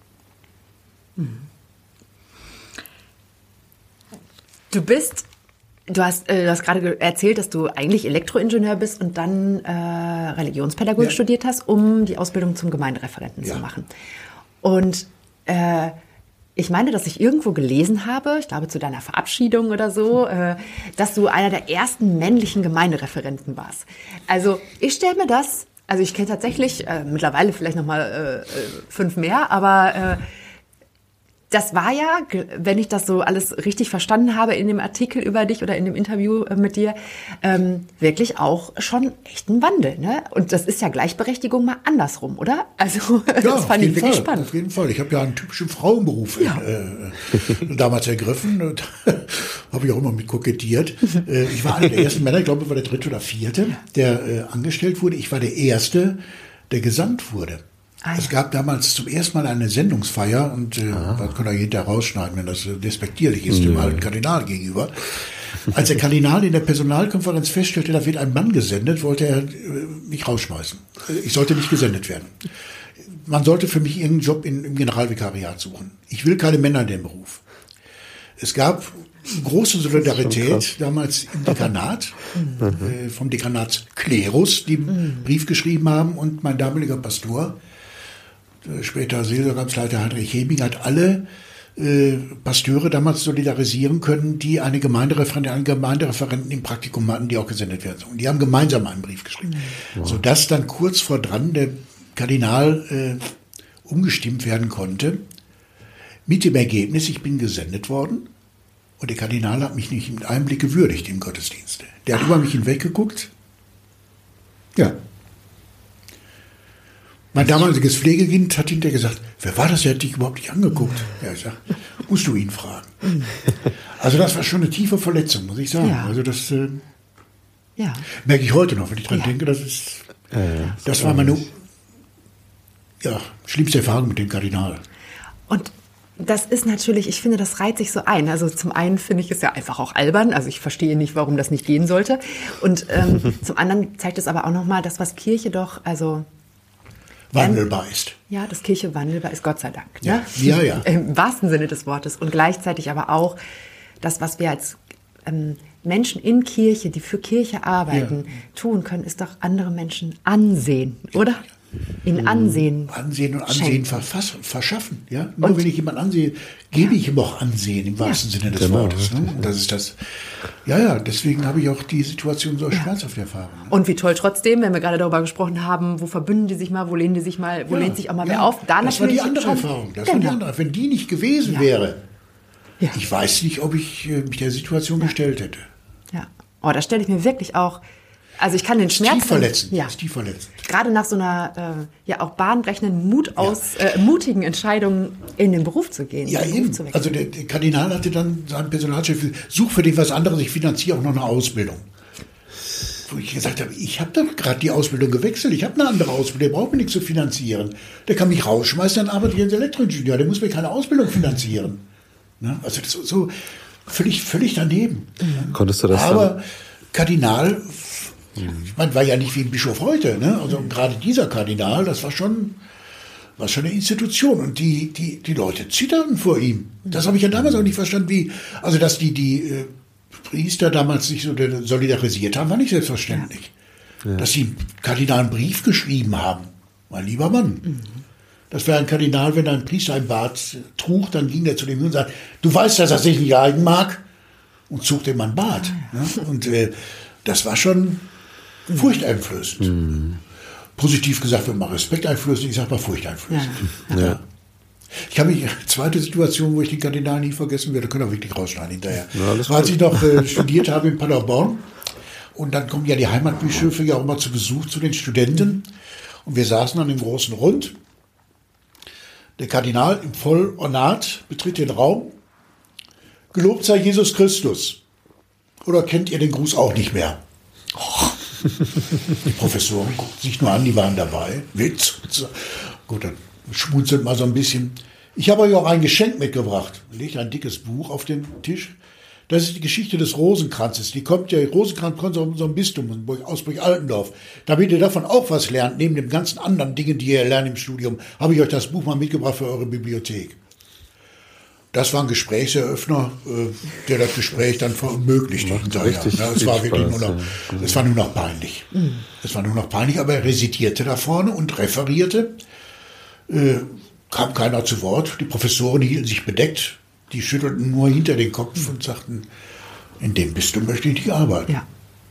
Du hast gerade erzählt, dass du eigentlich Elektroingenieur bist und dann Religionspädagogik studiert hast, um die Ausbildung zum Gemeindereferenten zu machen. Und ich meine, dass ich irgendwo gelesen habe, ich glaube zu deiner Verabschiedung oder so, dass du einer der ersten männlichen Gemeindereferenten warst. Also ich stelle mir das, also ich kenne tatsächlich mittlerweile vielleicht noch mal 5 mehr, aber das war ja, wenn ich das so alles richtig verstanden habe in dem Artikel über dich oder in dem Interview mit dir, wirklich auch schon echt ein Wandel. Ne? Und das ist ja Gleichberechtigung mal andersrum, oder? Also das fand ich wirklich spannend. Auf jeden Fall. Ich habe ja einen typischen Frauenberuf damals ergriffen. Habe ich auch immer mit kokettiert. Ich war einer der ersten Männer, ich glaube, ich war der 3. oder 4., der angestellt wurde. Ich war der Erste, der gesandt wurde. Es gab damals zum ersten Mal eine Sendungsfeier und das kann er hinterher rausschneiden, wenn das despektierlich ist, dem alten Kardinal gegenüber. Als der Kardinal in der Personalkonferenz feststellte, da wird ein Mann gesendet, wollte er mich rausschmeißen. Ich sollte nicht gesendet werden. Man sollte für mich irgendeinen Job im Generalvikariat suchen. Ich will keine Männer in dem Beruf. Es gab große Solidarität damals im Dekanat, vom Dekanatsklerus, die einen Brief geschrieben haben und mein damaliger Pastor, später Seelsorgeamtsleiter Heinrich Heming, hat alle Pasteure damals solidarisieren können, die einen Gemeindereferenten im Praktikum hatten, die auch gesendet werden sollen. Die haben gemeinsam einen Brief geschrieben, sodass dann kurz vor dran der Kardinal umgestimmt werden konnte, mit dem Ergebnis, ich bin gesendet worden und der Kardinal hat mich nicht mit einem Blick gewürdigt im Gottesdienst. Der hat über mich hinweggeguckt. Ja. Mein damaliges Pflegekind hat hinterher gesagt, wer war das, der hat dich überhaupt nicht angeguckt. Ja, ich sag, musst du ihn fragen. Also das war schon eine tiefe Verletzung, muss ich sagen. Ja. Also das merke ich heute noch, wenn ich dran denke, das war meine schlimmste Erfahrung mit dem Kardinal. Und das ist natürlich, ich finde, das reiht sich so ein. Also zum einen finde ich es ja einfach auch albern. Also ich verstehe nicht, warum das nicht gehen sollte. Und zum anderen zeigt es aber auch nochmal, das, was Kirche doch, also wandelbar ist. Ja, dass Kirche wandelbar ist, Gott sei Dank. Ne? Ja. Im wahrsten Sinne des Wortes. Und gleichzeitig aber auch das, was wir als Menschen in Kirche, die für Kirche arbeiten, tun können, ist doch andere Menschen ansehen, oder? In Ansehen. Ansehen und Ansehen verschaffen. Ja? Nur wenn ich jemanden ansehe, gebe ich ihm auch Ansehen im wahrsten Sinne des Wortes. Ne? Das ist das. Ja, deswegen habe ich auch die Situation so schmerzhaft erfahren. Ne? Und wie toll trotzdem, wenn wir gerade darüber gesprochen haben, wo verbünden die sich mal, wo lehnen die sich mal, wo lehnt sich auch mal wer auf. Das war die andere Erfahrung. Das war die andere. Wenn die nicht gewesen wäre, ich weiß nicht, ob ich mich der Situation gestellt hätte. Ja. Oh, das stelle ich mir wirklich auch. Also ich kann den Schmerz... Tief verletzend. Gerade nach so einer auch bahnbrechenden, mutigen Entscheidung in den Beruf zu gehen. Ja, eben. Also der Kardinal hatte dann seinen Personalchef, such für dich was anderes, ich finanziere auch noch eine Ausbildung. Wo ich gesagt habe, ich habe doch gerade die Ausbildung gewechselt, ich habe eine andere Ausbildung, der braucht mir nichts zu finanzieren. Der kann mich rausschmeißen, dann arbeite ich als Elektroingenieur, der muss mir keine Ausbildung finanzieren. Ne? Also das ist so völlig daneben. Konntest du das Aber Kardinal... Ich meine, war ja nicht wie ein Bischof heute, ne? Also gerade dieser Kardinal, das war schon war schon eine Institution. Und die Leute zitterten vor ihm. Das habe ich ja damals auch nicht verstanden, also dass die Priester damals sich so solidarisiert haben, war nicht selbstverständlich. Ja. Dass sie dem Kardinal einen Brief geschrieben haben. Mein lieber Mann. Mhm. Das wäre ein Kardinal, wenn ein Priester ein Bart trug, dann ging er zu dem hin und sagte, du weißt, dass er sich nicht leiden mag, und zog dem ein Bart. Ja. Und das war schon furchteinflößend. Mhm. Positiv gesagt wird mal respekteinflößend, ich sage mal furchteinflößend. Ja. Ich habe eine zweite Situation, wo ich den Kardinal nie vergessen werde, können wir wirklich rausschneiden hinterher. Ja, als ich noch studiert habe in Paderborn, und dann kommen ja die Heimatbischöfe ja auch immer zu Besuch zu den Studenten, und wir saßen an dem großen Rund. Der Kardinal im Vollornat betritt den Raum. Gelobt sei Jesus Christus. Oder kennt ihr den Gruß auch nicht mehr? Oh. Die Professoren guckten sich nur an, die waren dabei. Witz. Gut, dann schmunzelt mal so ein bisschen. Ich habe euch auch ein Geschenk mitgebracht. Legt ein dickes Buch auf den Tisch. Das ist die Geschichte des Rosenkranzes. Rosenkranz kommt aus unserem Bistum, aus Burg-Altendorf. Damit ihr davon auch was lernt, neben den ganzen anderen Dingen, die ihr lernt im Studium, habe ich euch das Buch mal mitgebracht für eure Bibliothek. Das war ein Gesprächseröffner, der das Gespräch dann verunmöglichte. Es war wirklich es war nur noch peinlich. Es war nur noch peinlich, aber er rezitierte da vorne und referierte. Kam keiner zu Wort. Die Professoren hielten sich bedeckt. Die schüttelten nur hinter den Kopf und sagten, in dem Bistum möchte ich nicht arbeiten. Ja.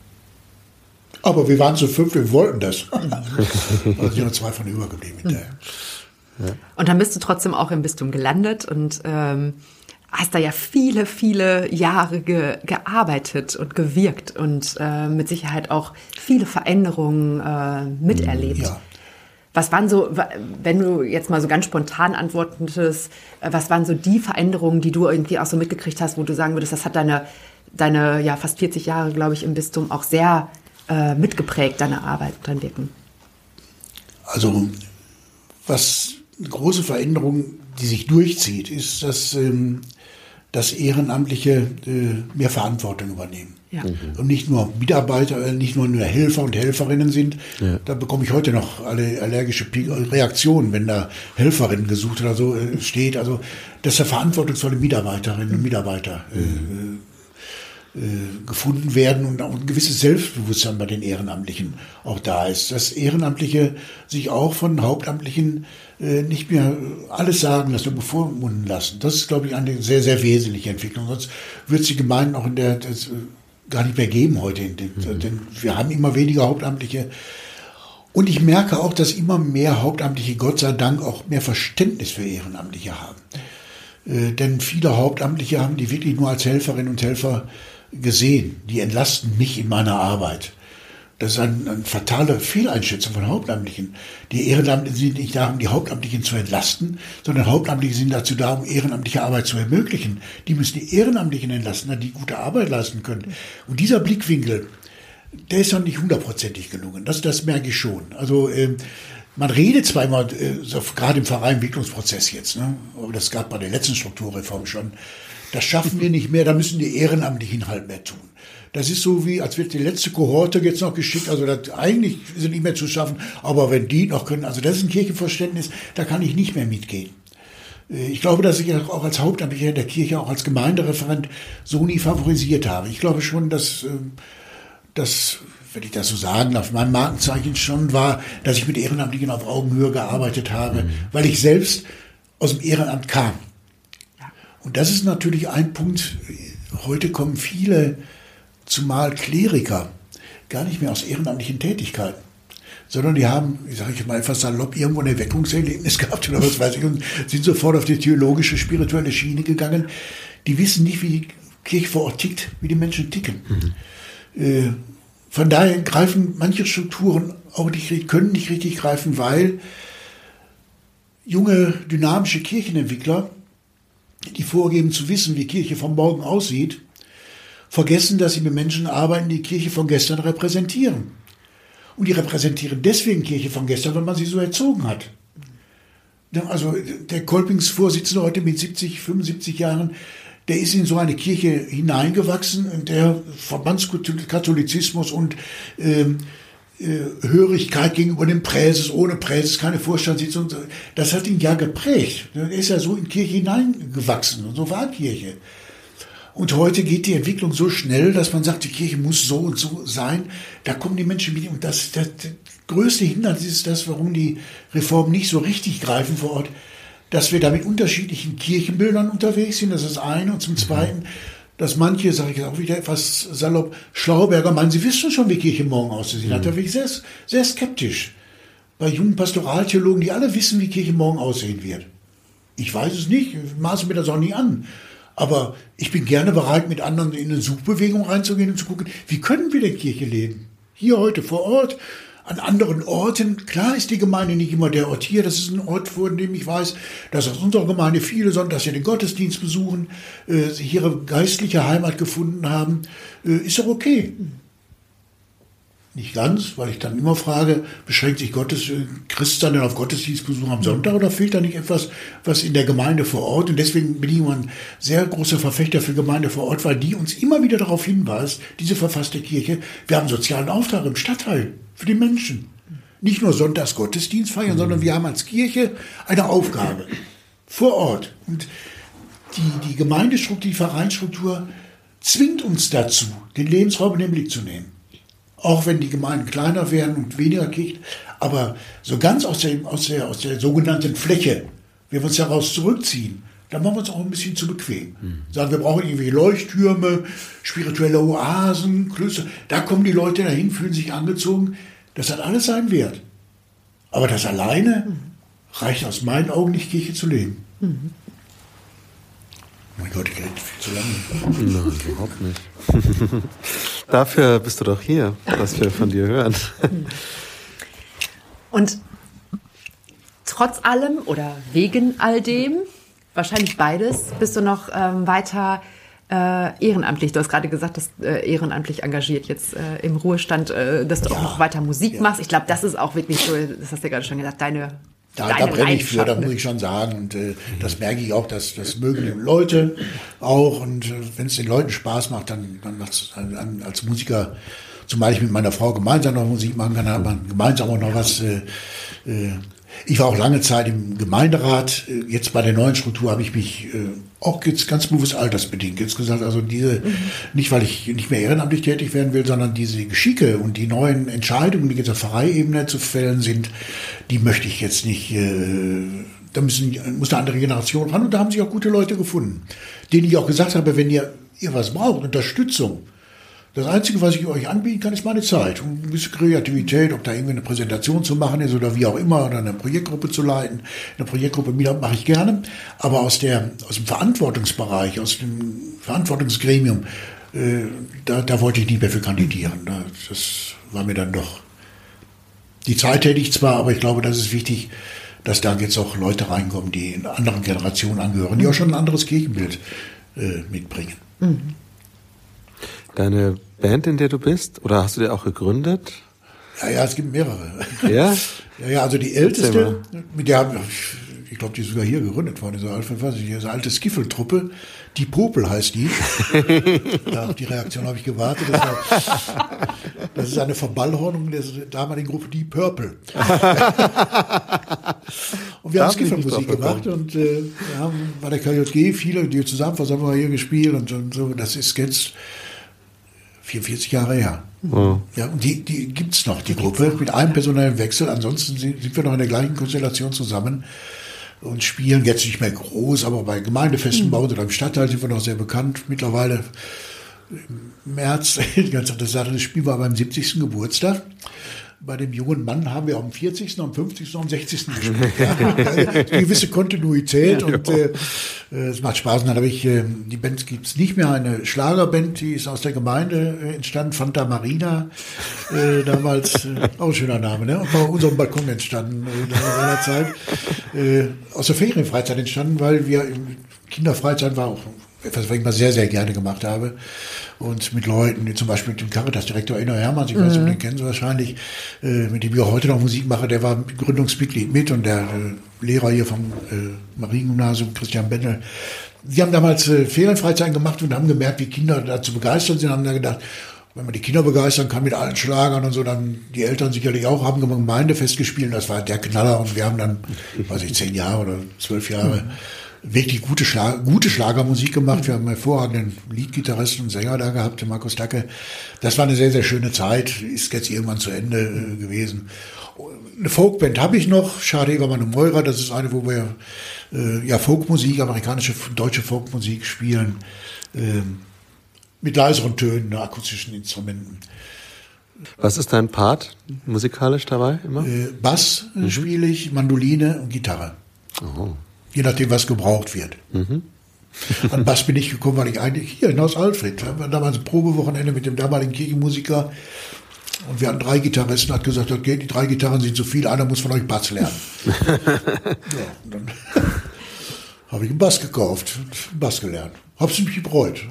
Aber wir waren zu 5, wir wollten das. Also sind nur 2 von übergeblieben hinterher. Ja. Und dann bist du trotzdem auch im Bistum gelandet und hast da ja viele, viele Jahre gearbeitet und gewirkt und mit Sicherheit auch viele Veränderungen miterlebt. Ja. Was waren so, wenn du jetzt mal so ganz spontan antwortest, was waren so die Veränderungen, die du irgendwie auch so mitgekriegt hast, wo du sagen würdest, das hat deine ja fast 40 Jahre, glaube ich, im Bistum auch sehr mitgeprägt, deine Arbeit, dein Wirken? Also, was eine große Veränderung, die sich durchzieht, ist, dass Ehrenamtliche mehr Verantwortung übernehmen. Ja. Und nicht nur Mitarbeiter, nicht nur Helfer und Helferinnen sind. Ja. Da bekomme ich heute noch alle allergische Reaktionen, wenn da Helferinnen gesucht oder so steht. Also, dass da verantwortungsvolle Mitarbeiterinnen und Mitarbeiter gefunden werden und auch ein gewisses Selbstbewusstsein bei den Ehrenamtlichen auch da ist. Dass Ehrenamtliche sich auch von Hauptamtlichen nicht mehr alles sagen lassen und bevormunden lassen. Das ist, glaube ich, eine sehr, sehr wesentliche Entwicklung. Sonst wird es die Gemeinden auch gar nicht mehr geben heute. Denn wir haben immer weniger Hauptamtliche. Und ich merke auch, dass immer mehr Hauptamtliche, Gott sei Dank, auch mehr Verständnis für Ehrenamtliche haben. Denn viele Hauptamtliche haben die wirklich nur als Helferinnen und Helfer gesehen. Die entlasten mich in meiner Arbeit. Das ist eine fatale Fehleinschätzung von Hauptamtlichen. Die Ehrenamtlichen sind nicht da, um die Hauptamtlichen zu entlasten, sondern Hauptamtliche sind dazu da, um ehrenamtliche Arbeit zu ermöglichen. Die müssen die Ehrenamtlichen entlasten, die gute Arbeit leisten können. Und dieser Blickwinkel, der ist noch nicht 100%ig gelungen. Das merke ich schon. Also man redet zwar immer, gerade im Pfarreientwicklungsprozess jetzt, ne? Aber das gab bei der letzten Strukturreform schon, das schaffen wir nicht mehr, da müssen die Ehrenamtlichen halt mehr tun. Das ist so wie, als wird die letzte Kohorte jetzt noch geschickt, also das eigentlich ist nicht mehr zu schaffen, aber wenn die noch können, also das ist ein Kirchenverständnis, da kann ich nicht mehr mitgehen. Ich glaube, dass ich auch als Hauptamtlicher in der Kirche, auch als Gemeindereferent so nie favorisiert habe. Ich glaube schon, dass wenn ich das so sagen darf, mein Markenzeichen schon war, dass ich mit Ehrenamtlichen auf Augenhöhe gearbeitet habe, weil ich selbst aus dem Ehrenamt kam. Und das ist natürlich ein Punkt, heute kommen viele, zumal Kleriker, gar nicht mehr aus ehrenamtlichen Tätigkeiten, sondern die haben, ich sage mal etwas salopp, irgendwo ein Erweckungserlebnis gehabt oder was weiß ich und sind sofort auf die theologische, spirituelle Schiene gegangen. Die wissen nicht, wie die Kirche vor Ort tickt, wie die Menschen ticken. Von daher greifen manche Strukturen auch nicht, können nicht richtig greifen, weil junge, dynamische Kirchenentwickler, die vorgeben zu wissen, wie Kirche von morgen aussieht, vergessen, dass sie mit Menschen arbeiten, die Kirche von gestern repräsentieren. Und die repräsentieren deswegen Kirche von gestern, weil man sie so erzogen hat. Also der Kolpingsvorsitzende heute mit 70, 75 Jahren, der ist in so eine Kirche hineingewachsen, in der Verbandskatholizismus und Hörigkeit gegenüber dem Präses, ohne Präses, keine Vorstandssitzung. Das hat ihn ja geprägt. Er ist ja so in Kirche hineingewachsen und so war Kirche. Und heute geht die Entwicklung so schnell, dass man sagt, die Kirche muss so und so sein. Da kommen die Menschen mit. Und das größte Hindernis ist das, warum die Reformen nicht so richtig greifen vor Ort, dass wir da mit unterschiedlichen Kirchenbildern unterwegs sind. Das ist das eine. Und zum Zweiten, dass manche, sage ich jetzt auch wieder etwas salopp, Schlauberger meinen, sie wissen schon, wie Kirche morgen auszusehen hat. Da bin ich sehr, sehr skeptisch. Bei jungen Pastoraltheologen, die alle wissen, wie Kirche morgen aussehen wird. Ich weiß es nicht, ich maße mir das auch nie an. Aber ich bin gerne bereit, mit anderen in eine Suchbewegung reinzugehen und zu gucken, wie können wir denn Kirche leben? Hier heute vor Ort, an anderen Orten. Klar ist die Gemeinde nicht immer der Ort hier. Das ist ein Ort, von dem ich weiß, dass aus unserer Gemeinde viele sonntags hier den Gottesdienst besuchen, sich ihre geistliche Heimat gefunden haben. Ist doch okay. Nicht ganz, weil ich dann immer frage, beschränkt sich Christen denn auf Gottesdienstbesuch am Sonntag oder fehlt da nicht etwas, was in der Gemeinde vor Ort? Und deswegen bin ich immer ein sehr großer Verfechter für Gemeinde vor Ort, weil die uns immer wieder darauf hinweist, diese verfasste Kirche, wir haben einen sozialen Auftrag im Stadtteil für die Menschen. Nicht nur sonntags Gottesdienst feiern, sondern wir haben als Kirche eine Aufgabe vor Ort. Und die Gemeindestruktur, die Vereinsstruktur zwingt uns dazu, den Lebensraum in den Blick zu nehmen. Auch wenn die Gemeinden kleiner werden und weniger Kirchen, aber so ganz aus der sogenannten Fläche, wenn wir uns daraus zurückziehen, dann machen wir uns auch ein bisschen zu bequem. Sagen, wir brauchen irgendwie Leuchttürme, spirituelle Oasen, Klöster. Da kommen die Leute dahin, fühlen sich angezogen. Das hat alles seinen Wert. Aber das alleine reicht aus meinen Augen nicht, Kirche zu leben. Oh mein Gott, ich rede viel zu lange. Nein, überhaupt nicht. Dafür bist du doch hier, dass wir von dir hören. Und trotz allem oder wegen all dem, wahrscheinlich beides, bist du noch weiter ehrenamtlich. Du hast gerade gesagt, dass ehrenamtlich engagiert jetzt im Ruhestand, dass du auch noch weiter Musik machst. Ich glaube, das ist auch wirklich so, das hast du ja gerade schon gesagt, Da brenne ich für, da muss ich schon sagen. Und das merke ich auch, das mögen die Leute auch. Und wenn es den Leuten Spaß macht, dann macht es als Musiker, zumal ich mit meiner Frau gemeinsam noch Musik machen kann, hat man gemeinsam auch noch was. Ich war auch lange Zeit im Gemeinderat. Jetzt bei der neuen Struktur habe ich mich auch jetzt ganz bewusst altersbedingt jetzt gesagt, also nicht weil ich nicht mehr ehrenamtlich tätig werden will, sondern diese Geschicke und die neuen Entscheidungen, die jetzt auf Pfarreiebene zu fällen sind, die möchte ich jetzt nicht, da muss eine andere Generation ran, und da haben sich auch gute Leute gefunden, denen ich auch gesagt habe, wenn ihr was braucht, Unterstützung, das Einzige, was ich euch anbieten kann, ist meine Zeit und ein bisschen Kreativität, ob da irgendwie eine Präsentation zu machen ist oder wie auch immer, oder eine Projektgruppe zu leiten. Eine Projektgruppe mache ich gerne, aber aus dem Verantwortungsbereich, aus dem Verantwortungsgremium, da wollte ich nicht mehr für kandidieren. Das war mir dann doch. Die Zeit hätte ich zwar, aber ich glaube, das ist wichtig, dass da jetzt auch Leute reinkommen, die in anderen Generationen angehören, die auch schon ein anderes Kirchenbild mitbringen. Mhm. Deine Band, in der du bist, oder hast du die auch gegründet? Ja, es gibt mehrere. Ja? Ja, also die älteste, mit der ich glaube, die ist sogar hier gegründet worden, diese alte Skiffeltruppe, die Popel heißt die. Auf die Reaktion habe ich gewartet. Das ist eine Verballhornung der damaligen Gruppe Die Purple. Und wir haben Skiffelmusik gemacht und wir haben bei der KJG viele, die zusammen haben wir hier gespielt und so. Das ist jetzt 44 Jahre her. Oh. Ja, und die gibt's noch, die Gruppe, mit einem personellen Wechsel. Ansonsten sind wir noch in der gleichen Konstellation zusammen und spielen jetzt nicht mehr groß, aber bei Gemeindefesten bei uns oder im Stadtteil sind wir noch sehr bekannt. Mittlerweile im März, das Spiel war beim 70. Geburtstag. Bei dem jungen Mann haben wir am 40., am 50., am 60. gespielt. Ja, eine gewisse Kontinuität und es macht Spaß. Und dann habe ich, die Band gibt's nicht mehr, eine Schlagerband, die ist aus der Gemeinde entstanden, Fanta Marina, damals, auch ein schöner Name, ne? Und bei unserem Balkon entstanden in seiner Zeit. Aus der Ferienfreizeit entstanden, weil wir Kinderfreizeit war auch etwas, was ich mal sehr, sehr gerne gemacht habe. Und mit Leuten, zum Beispiel mit dem Caritas-Direktor Enno Hermanns, ich weiß nicht, den kennen Sie wahrscheinlich, mit dem ich auch heute noch Musik mache, der war Gründungsmitglied mit und der Lehrer hier vom Mariengymnasium, Christian Bendel. Die haben damals Ferienfreizeiten gemacht und haben gemerkt, wie Kinder dazu begeistert sind, haben da gedacht, wenn man die Kinder begeistern kann mit allen Schlagern und so, dann die Eltern sicherlich auch, haben Gemeindefest gespielt. Und das war der Knaller und wir haben dann, 10 Jahre oder 12 Jahre wirklich gute Schlagermusik gemacht. Wir haben einen hervorragenden Leadgitarristen und Sänger da gehabt, den Markus Dacke. Das war eine sehr, sehr schöne Zeit, ist jetzt irgendwann zu Ende gewesen. Eine Folkband habe ich noch, Schade Ebermann und Meurer, das ist eine, wo wir Folkmusik, amerikanische, deutsche Folkmusik spielen, mit leiseren Tönen, akustischen Instrumenten. Was ist dein Part musikalisch dabei immer? Bass spiele ich, Mandoline und Gitarre. Oh. Je nachdem, was gebraucht wird. An Bass bin ich gekommen, weil ich eigentlich hier in Haus Alfred, wir haben damals ein Probewochenende mit dem damaligen Kirchenmusiker und wir hatten 3 Gitarristen, hat gesagt, okay, die 3 Gitarren sind zu viel, einer muss von euch Bass lernen. Und dann habe ich einen Bass gekauft und Bass gelernt. Hab's nicht bereut.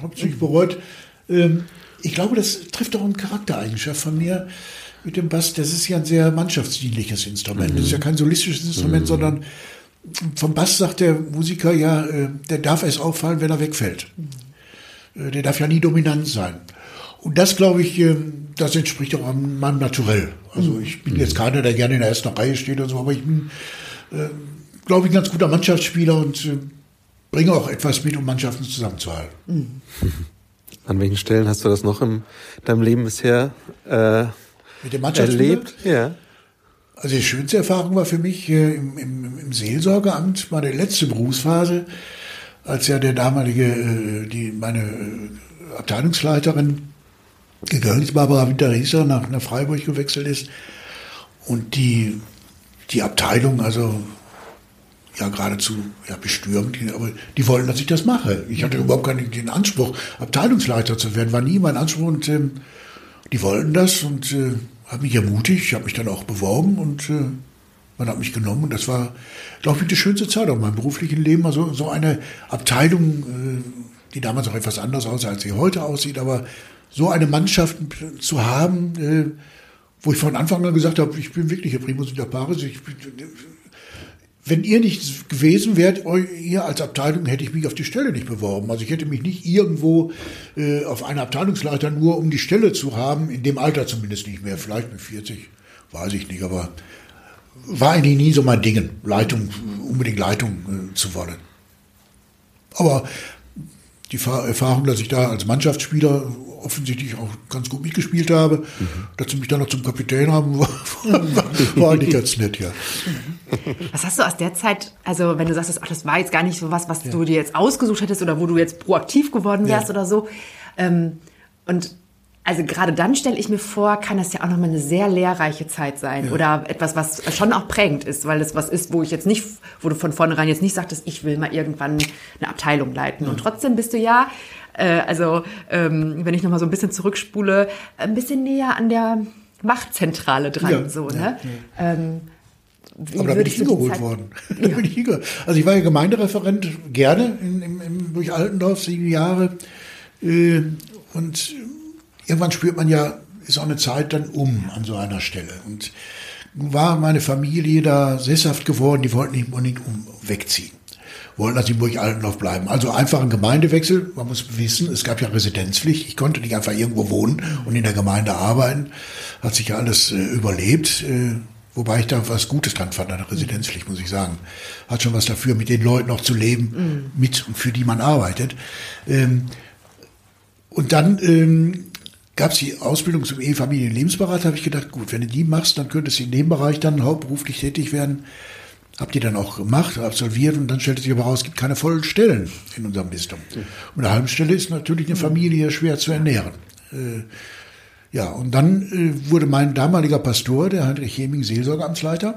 Ich glaube, das trifft auch eine Charaktereigenschaft von mir mit dem Bass. Das ist ja ein sehr mannschaftsdienliches Instrument. Das ist ja kein solistisches Instrument, sondern vom Bass sagt der Musiker der darf erst auffallen, wenn er wegfällt. Der darf ja nie dominant sein. Und das, glaube ich, das entspricht auch meinem Naturell. Also ich bin jetzt keiner, der gerne in der ersten Reihe steht oder so, aber ich bin, glaube ich, ein ganz guter Mannschaftsspieler und bringe auch etwas mit, um Mannschaften zusammenzuhalten. An welchen Stellen hast du das noch in deinem Leben bisher mit dem Mannschaftsspieler erlebt? Ja. Also die schönste Erfahrung war für mich im Seelsorgeamt, war die letzte Berufsphase, als ja der damalige, meine Abteilungsleiterin Görlitz, Barbara Winterrieser, nach Freiburg gewechselt ist und die Abteilung, also geradezu bestürmt, aber die wollten, dass ich das mache. Ich hatte überhaupt keinen den Anspruch, Abteilungsleiter zu werden, war nie mein Anspruch und die wollten das und habe mich ermutigt, ich habe mich dann auch beworben und man hat mich genommen und das war, glaube ich, die schönste Zeit auch in meinem beruflichen Leben. Also so eine Abteilung, die damals auch etwas anders aussah, als sie heute aussieht, aber so eine Mannschaft zu haben, wo ich von Anfang an gesagt habe, ich bin wirklich der Primus inter pares. Wenn ihr nicht gewesen wärt, ihr als Abteilung, hätte ich mich auf die Stelle nicht beworben. Also ich hätte mich nicht irgendwo auf einen Abteilungsleiter nur um die Stelle zu haben, in dem Alter zumindest nicht mehr, vielleicht mit 40, weiß ich nicht, aber war eigentlich nie so mein Ding, unbedingt Leitung zu wollen. Aber die Erfahrung, dass ich da als Mannschaftsspieler offensichtlich auch ganz gut mitgespielt habe, dass sie mich dann noch zum Kapitän haben, war eigentlich ganz nett, ja. Was hast du aus der Zeit, also wenn du sagst, das war jetzt gar nicht so was du dir jetzt ausgesucht hättest oder wo du jetzt proaktiv geworden wärst oder so, und also gerade dann stelle ich mir vor, kann das ja auch nochmal eine sehr lehrreiche Zeit sein oder etwas, was schon auch prägend ist, weil das was ist, wo du von vornherein jetzt nicht sagtest, ich will mal irgendwann eine Abteilung leiten. Und trotzdem bist du wenn ich nochmal so ein bisschen zurückspule, ein bisschen näher an der Machtzentrale dran. Aber da bin ich hingeholt worden. Also ich war ja Gemeindereferent, gerne durch Altendorf, 7 Jahre. Und irgendwann spürt man ja, ist auch eine Zeit dann an so einer Stelle. Und nun war meine Familie da sesshaft geworden, die wollten nicht unbedingt wegziehen. Wollten, dass sie in Burg-Altendorf bleiben. Also einfach ein Gemeindewechsel. Man muss wissen, es gab ja Residenzpflicht. Ich konnte nicht einfach irgendwo wohnen und in der Gemeinde arbeiten. Hat sich ja alles überlebt. Wobei ich da was Gutes dran fand an der Residenzpflicht, muss ich sagen. Hat schon was dafür, mit den Leuten auch zu leben, mit und für die man arbeitet. Und dann gab es die Ausbildung zum Ehefamilien-Lebensberater. Habe ich gedacht, gut, wenn du die machst, dann könntest du in dem Bereich dann hauptberuflich tätig werden. Hab die dann auch gemacht, absolviert und dann stellte sich aber raus, es gibt keine vollen Stellen in unserem Bistum. Und eine halbe Stelle ist natürlich eine Familie schwer zu ernähren. Und dann wurde mein damaliger Pastor, der Heinrich Heming, Seelsorgeamtsleiter.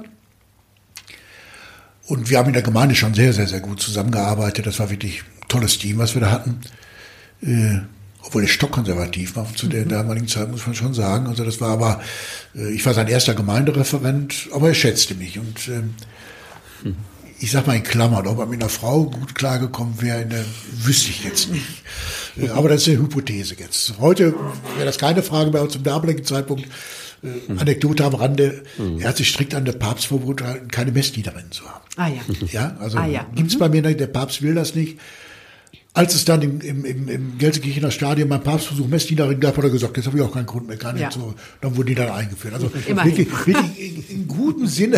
Und wir haben in der Gemeinde schon sehr, sehr, sehr gut zusammengearbeitet. Das war wirklich ein tolles Team, was wir da hatten. Obwohl ich stockkonservativ war zu der damaligen Zeit, muss man schon sagen. Also das war aber, ich war sein erster Gemeindereferent, aber er schätzte mich. Und ich sag mal in Klammern, ob er mit einer Frau gut klargekommen wäre, wüsste ich jetzt nicht. Aber das ist eine Hypothese jetzt. Heute wäre das keine Frage mehr, zum damaligen Zeitpunkt. Anekdote am Rande, er hat sich strikt an der Papstverbot gehalten, keine Messdienerin zu haben. Ah ja. Ja, also gibt's bei mir nicht, der Papst will das nicht. als es dann im Gelsenkirchener Stadion beim Papstbesuch Messdienerin gab, hat er gesagt, jetzt habe ich auch keinen Grund mehr, gar nicht. Ja. So, dann wurden die dann eingeführt. Also wirklich in gutem Sinne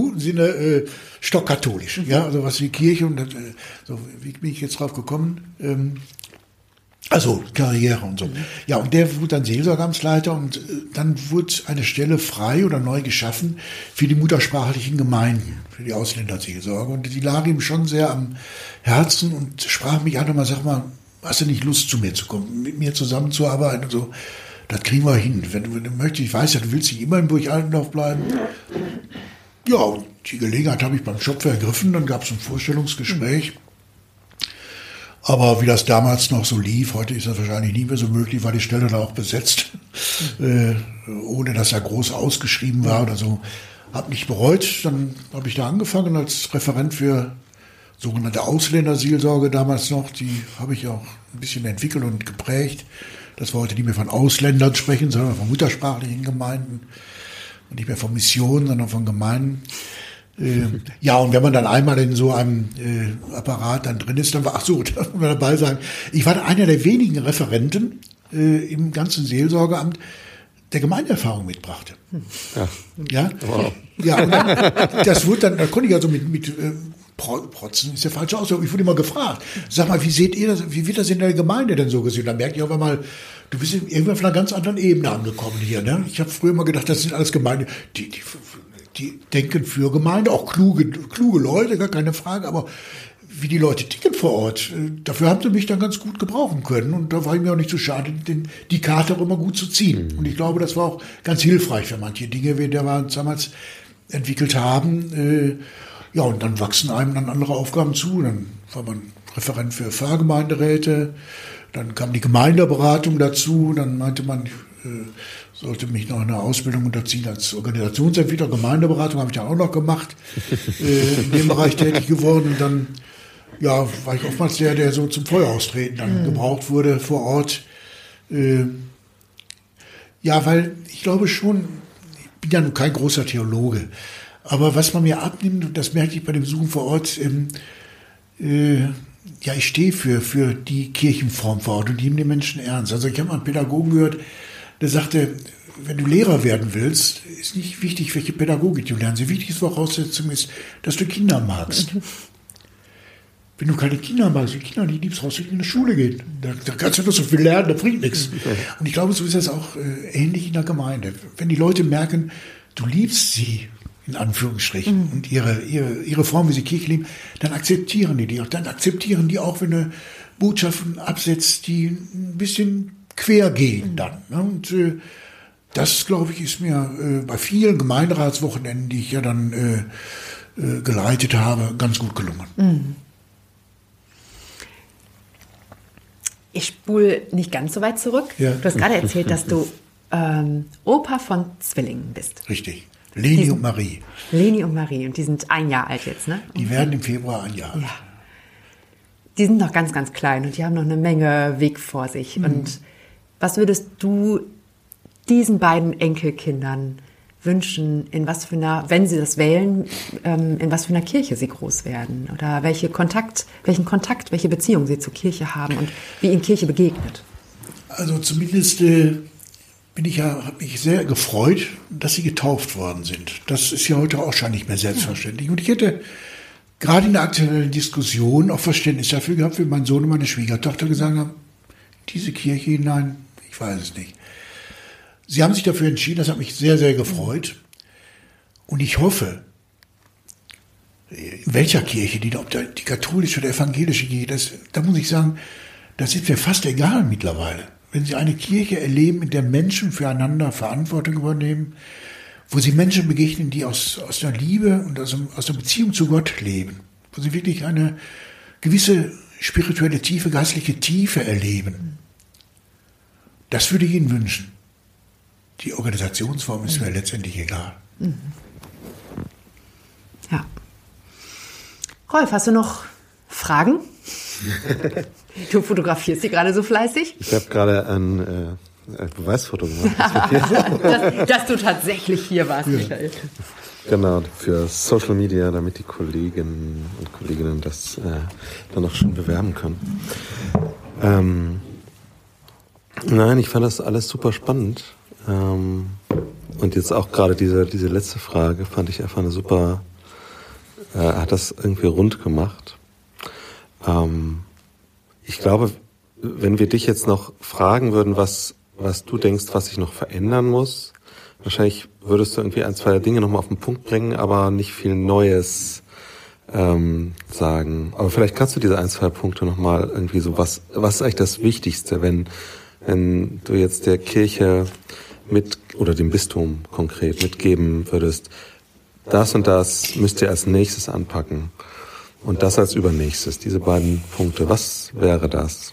stockkatholisch. Ja, also was die Kirche und so, wie bin ich jetzt drauf gekommen? Also Karriere und so. Ja, und der wurde dann Seelsorgeamtsleiter und dann wurde eine Stelle frei oder neu geschaffen für die muttersprachlichen Gemeinden, für die Ausländerseelsorge. Und die lag ihm schon sehr am Herzen und sprach mich an und mal, sag mal, hast du nicht Lust, zu mir zu kommen, mit mir zusammenzuarbeiten und so. Das kriegen wir hin. Wenn du möchtest, ich weiß ja, du willst nicht immer in Burg-Altendorf bleiben. Ja, und die Gelegenheit habe ich beim Schopf ergriffen, dann gab es ein Vorstellungsgespräch. Aber wie das damals noch so lief, heute ist das wahrscheinlich nicht mehr so möglich, war die Stelle da auch besetzt, ohne dass er groß ausgeschrieben war oder so. Hab nicht bereut, dann habe ich da angefangen als Referent für sogenannte Ausländerseelsorge damals noch. Die habe ich auch ein bisschen entwickelt und geprägt, dass wir heute nicht mehr von Ausländern sprechen, sondern von muttersprachlichen Gemeinden und nicht mehr von Missionen, sondern von Gemeinden. Ja, und wenn man dann einmal in so einem Apparat dann drin ist, dann war, ach so, da muss man dabei sagen, ich war einer der wenigen Referenten im ganzen Seelsorgeamt, der Gemeindeerfahrung mitbrachte. Ja, wow. Ja, und dann, das wurde dann, da konnte ich also mit Protzen ist der falsche Ausdruck. Ich wurde immer gefragt, sag mal, wie seht ihr das, wie wird das in der Gemeinde denn so gesehen? Da merke ich auf einmal, du bist irgendwann von einer ganz anderen Ebene angekommen hier, ne? Ich habe früher mal gedacht, das sind alles Gemeinde, die denken für Gemeinde, auch kluge Leute, gar keine Frage, aber wie die Leute ticken vor Ort, dafür haben sie mich dann ganz gut gebrauchen können und da war ich mir auch nicht so schade, die Karte auch immer gut zu ziehen. Und ich glaube, das war auch ganz hilfreich für manche Dinge, die wir damals entwickelt haben. Ja, und dann wachsen einem dann andere Aufgaben zu. Dann war man Referent für Pfarrgemeinderäte, dann kam die Gemeindeberatung dazu, dann meinte man, ich sollte mich noch in eine Ausbildung unterziehen als Organisationsentwickler. Gemeindeberatung habe ich dann auch noch gemacht, in dem Bereich tätig geworden. Und dann ja, war ich oftmals der so zum Feueraustreten dann gebraucht wurde vor Ort. Ja, weil ich glaube schon, ich bin ja nun kein großer Theologe, aber was man mir abnimmt, und das merke ich bei dem Besuchen vor Ort, ja, ich stehe für die Kirchenform vor Ort und die nehmen die Menschen ernst. Also ich habe mal einen Pädagogen gehört, der sagte, wenn du Lehrer werden willst, ist nicht wichtig, welche Pädagogik du lernst. Die wichtigste Voraussetzung ist, dass du Kinder magst. Wenn du keine Kinder magst, die Kinder, die liebst, raus in die Schule gehen. Da kannst du noch so viel lernen, da bringt nichts. Und ich glaube, so ist das auch ähnlich in der Gemeinde. Wenn die Leute merken, du liebst sie, in Anführungsstrichen, und ihre Form, wie sie Kirche lieben, dann akzeptieren die auch. Dann akzeptieren die auch, wenn du Botschaften absetzt, die ein bisschen quer gehen dann. Ne? Und das, glaube ich, ist mir bei vielen Gemeinderatswochenenden, die ich ja dann geleitet habe, ganz gut gelungen. Ich spule nicht ganz so weit zurück. Ja. Du hast gerade erzählt, dass du Opa von Zwillingen bist. Richtig. Leni und Marie. Leni und Marie. Und die sind 1 Jahr alt jetzt, ne? Die werden im Februar 1 Jahr alt. Ja. Die sind noch ganz, ganz klein und die haben noch eine Menge Weg vor sich. Und was würdest du diesen beiden Enkelkindern wünschen, in was für einer, wenn sie das wählen, in was für einer Kirche sie groß werden? Oder welchen Kontakt, welche Beziehung sie zur Kirche haben und wie ihnen Kirche begegnet? Also zumindest habe mich sehr gefreut, dass sie getauft worden sind. Das ist ja heute auch schon nicht mehr selbstverständlich. Und ich hätte gerade in der aktuellen Diskussion auch Verständnis dafür gehabt, wenn mein Sohn und meine Schwiegertochter gesagt haben, diese Kirche hinein, ich weiß es nicht. Sie haben sich dafür entschieden, das hat mich sehr, sehr gefreut. Und ich hoffe, in welcher Kirche, ob die katholische oder evangelische Kirche, da muss ich sagen, das ist mir fast egal mittlerweile. Wenn Sie eine Kirche erleben, in der Menschen füreinander Verantwortung übernehmen, wo Sie Menschen begegnen, die aus der Liebe und aus der Beziehung zu Gott leben, wo Sie wirklich eine gewisse spirituelle Tiefe, geistliche Tiefe erleben. Das würde ich Ihnen wünschen. Die Organisationsform ist mir letztendlich egal. Ja. Rolf, hast du noch Fragen? Du fotografierst sie gerade so fleißig? Ich habe gerade ein Beweisfoto gemacht. Dass du tatsächlich hier warst, Michael. Genau, für Social Media, damit die Kolleginnen und Kolleginnen das dann auch schon bewerben können. Nein, ich fand das alles super spannend. Und jetzt auch gerade diese letzte Frage fand ich einfach eine super, hat das irgendwie rund gemacht. Ich glaube, wenn wir dich jetzt noch fragen würden, was du denkst, was sich noch verändern muss, wahrscheinlich würdest du irgendwie 1, 2 Dinge nochmal auf den Punkt bringen, aber nicht viel Neues sagen. Aber vielleicht kannst du diese 1, 2 Punkte nochmal irgendwie so, was ist eigentlich das Wichtigste, wenn du jetzt der Kirche oder dem Bistum konkret mitgeben würdest, das und das müsst ihr als nächstes anpacken und das als übernächstes, diese beiden Punkte. Was wäre das?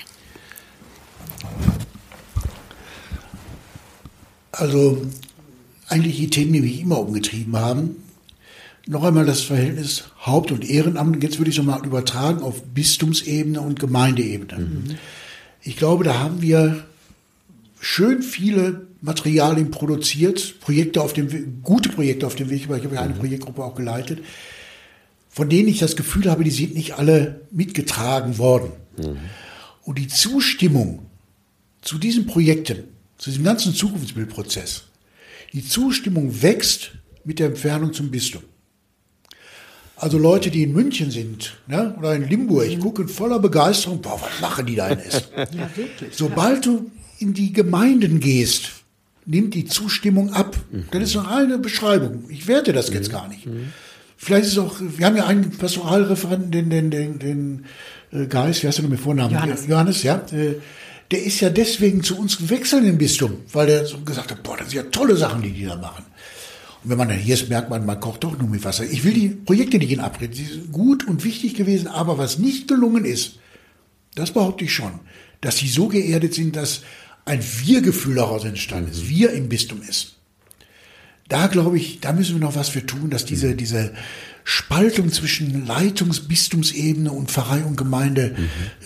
Also eigentlich die Themen, die mich immer umgetrieben haben. Noch einmal das Verhältnis Haupt- und Ehrenamt. Jetzt würde ich es nochmal übertragen auf Bistumsebene und Gemeindeebene. Mhm. Ich glaube, da haben wir schön viele Materialien produziert, gute Projekte auf dem Weg, weil ich habe ja eine Projektgruppe auch geleitet, von denen ich das Gefühl habe, die sind nicht alle mitgetragen worden. Mhm. Und die Zustimmung zu diesen Projekten, zu diesem ganzen Zukunftsbildprozess, die Zustimmung wächst mit der Entfernung zum Bistum. Also Leute, die in München sind, ne, oder in Limburg, gucken voller Begeisterung, boah, was machen die da in Essen? Ja, wirklich. Sobald du in die Gemeinden gehst, nimmt die Zustimmung ab. Das ist eine reine Beschreibung. Ich werte das jetzt gar nicht. Vielleicht ist es auch, wir haben ja einen Pastoralreferenten, den Geist, wie heißt der noch mit Vornamen? Johannes, ja. Der ist ja deswegen zu uns gewechselt im Bistum, weil der so gesagt hat, boah, das sind ja tolle Sachen, die da machen. Und wenn man dann hier ist, merkt man kocht doch nur mit Wasser. Ich will die Projekte nicht in Abrede. Die sind gut und wichtig gewesen, aber was nicht gelungen ist, das behaupte ich schon, dass sie so geerdet sind, dass ein Wir-Gefühl daraus entstanden ist. Wir im Bistum ist. Da glaube ich, da müssen wir noch was für tun, dass diese Spaltung zwischen Bistumsebene und Pfarrei und Gemeinde,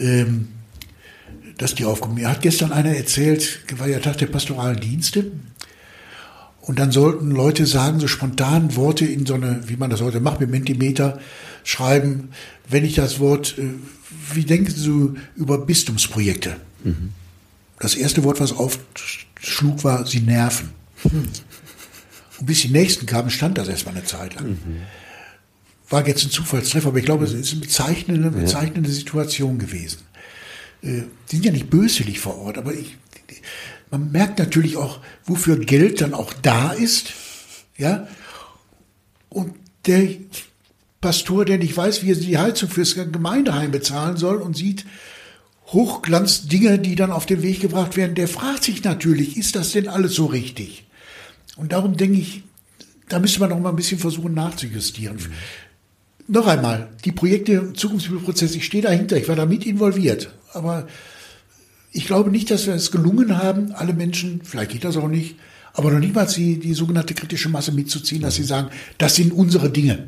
dass die aufkommt. Mir hat gestern einer erzählt, war ja Tag der pastoralen Dienste, und dann sollten Leute sagen, so spontan Worte in so eine, wie man das heute macht, mit Mentimeter schreiben, wenn ich das Wort, wie denken Sie über Bistumsprojekte? Mhm. Das erste Wort, was aufschlug, war, sie nerven. Und bis die nächsten kamen, stand das erstmal eine Zeit lang. War jetzt ein Zufallstreffer, aber ich glaube, es ist eine bezeichnende Situation gewesen. Die sind ja nicht böswillig vor Ort, aber man merkt natürlich auch, wofür Geld dann auch da ist, ja. Und der Pastor, der nicht weiß, wie er die Heizung fürs Gemeindeheim bezahlen soll und sieht Hochglanzdinge, die dann auf den Weg gebracht werden, der fragt sich natürlich, ist das denn alles so richtig? Und darum denke ich, da müsste man noch mal ein bisschen versuchen nachzujustieren. Noch einmal, die Projekte, Zukunftsprozesse, ich stehe dahinter, ich war da mit involviert, aber ich glaube nicht, dass wir es gelungen haben, alle Menschen, vielleicht geht das auch nicht, aber noch niemals die sogenannte kritische Masse mitzuziehen, dass sie sagen, das sind unsere Dinge.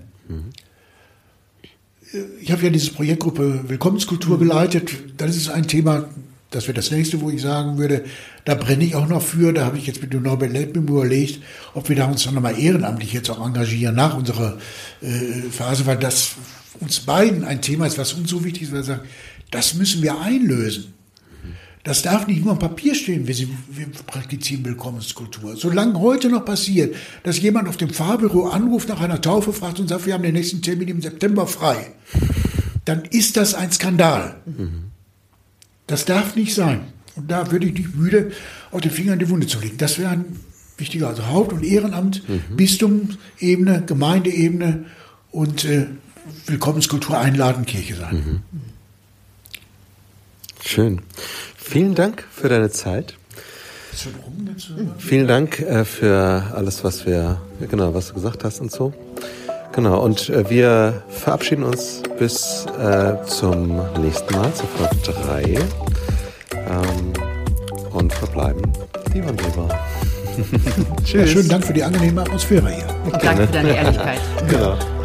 Ich habe ja diese Projektgruppe Willkommenskultur geleitet. Das ist ein Thema, das wäre das nächste, wo ich sagen würde, da brenne ich auch noch für. Da habe ich jetzt mit dem Norbert Leitmühl überlegt, ob wir da uns dann nochmal ehrenamtlich jetzt auch engagieren nach unserer Phase, weil das uns beiden ein Thema ist, was uns so wichtig ist, weil wir sagen, das müssen wir einlösen. Das darf nicht nur am Papier stehen, wir praktizieren Willkommenskultur. Solange heute noch passiert, dass jemand auf dem Pfarrbüro anruft, nach einer Taufe fragt und sagt, wir haben den nächsten Termin im September frei, dann ist das ein Skandal. Das darf nicht sein. Und da würde ich nicht müde, auf den Finger in die Wunde zu legen. Das wäre ein wichtiger, also Haupt- und Ehrenamt, Bistumsebene, Gemeindeebene und Willkommenskultur einladen, Kirche sein. Schön. Vielen Dank für deine Zeit. Vielen Dank für alles, was du gesagt hast und so. Genau, und wir verabschieden uns bis zum nächsten Mal, zur Folge 3. Und verbleiben lieber und lieber. Tschüss. Ja, schönen Dank für die angenehme Atmosphäre hier. Danke für deine Ehrlichkeit. Genau.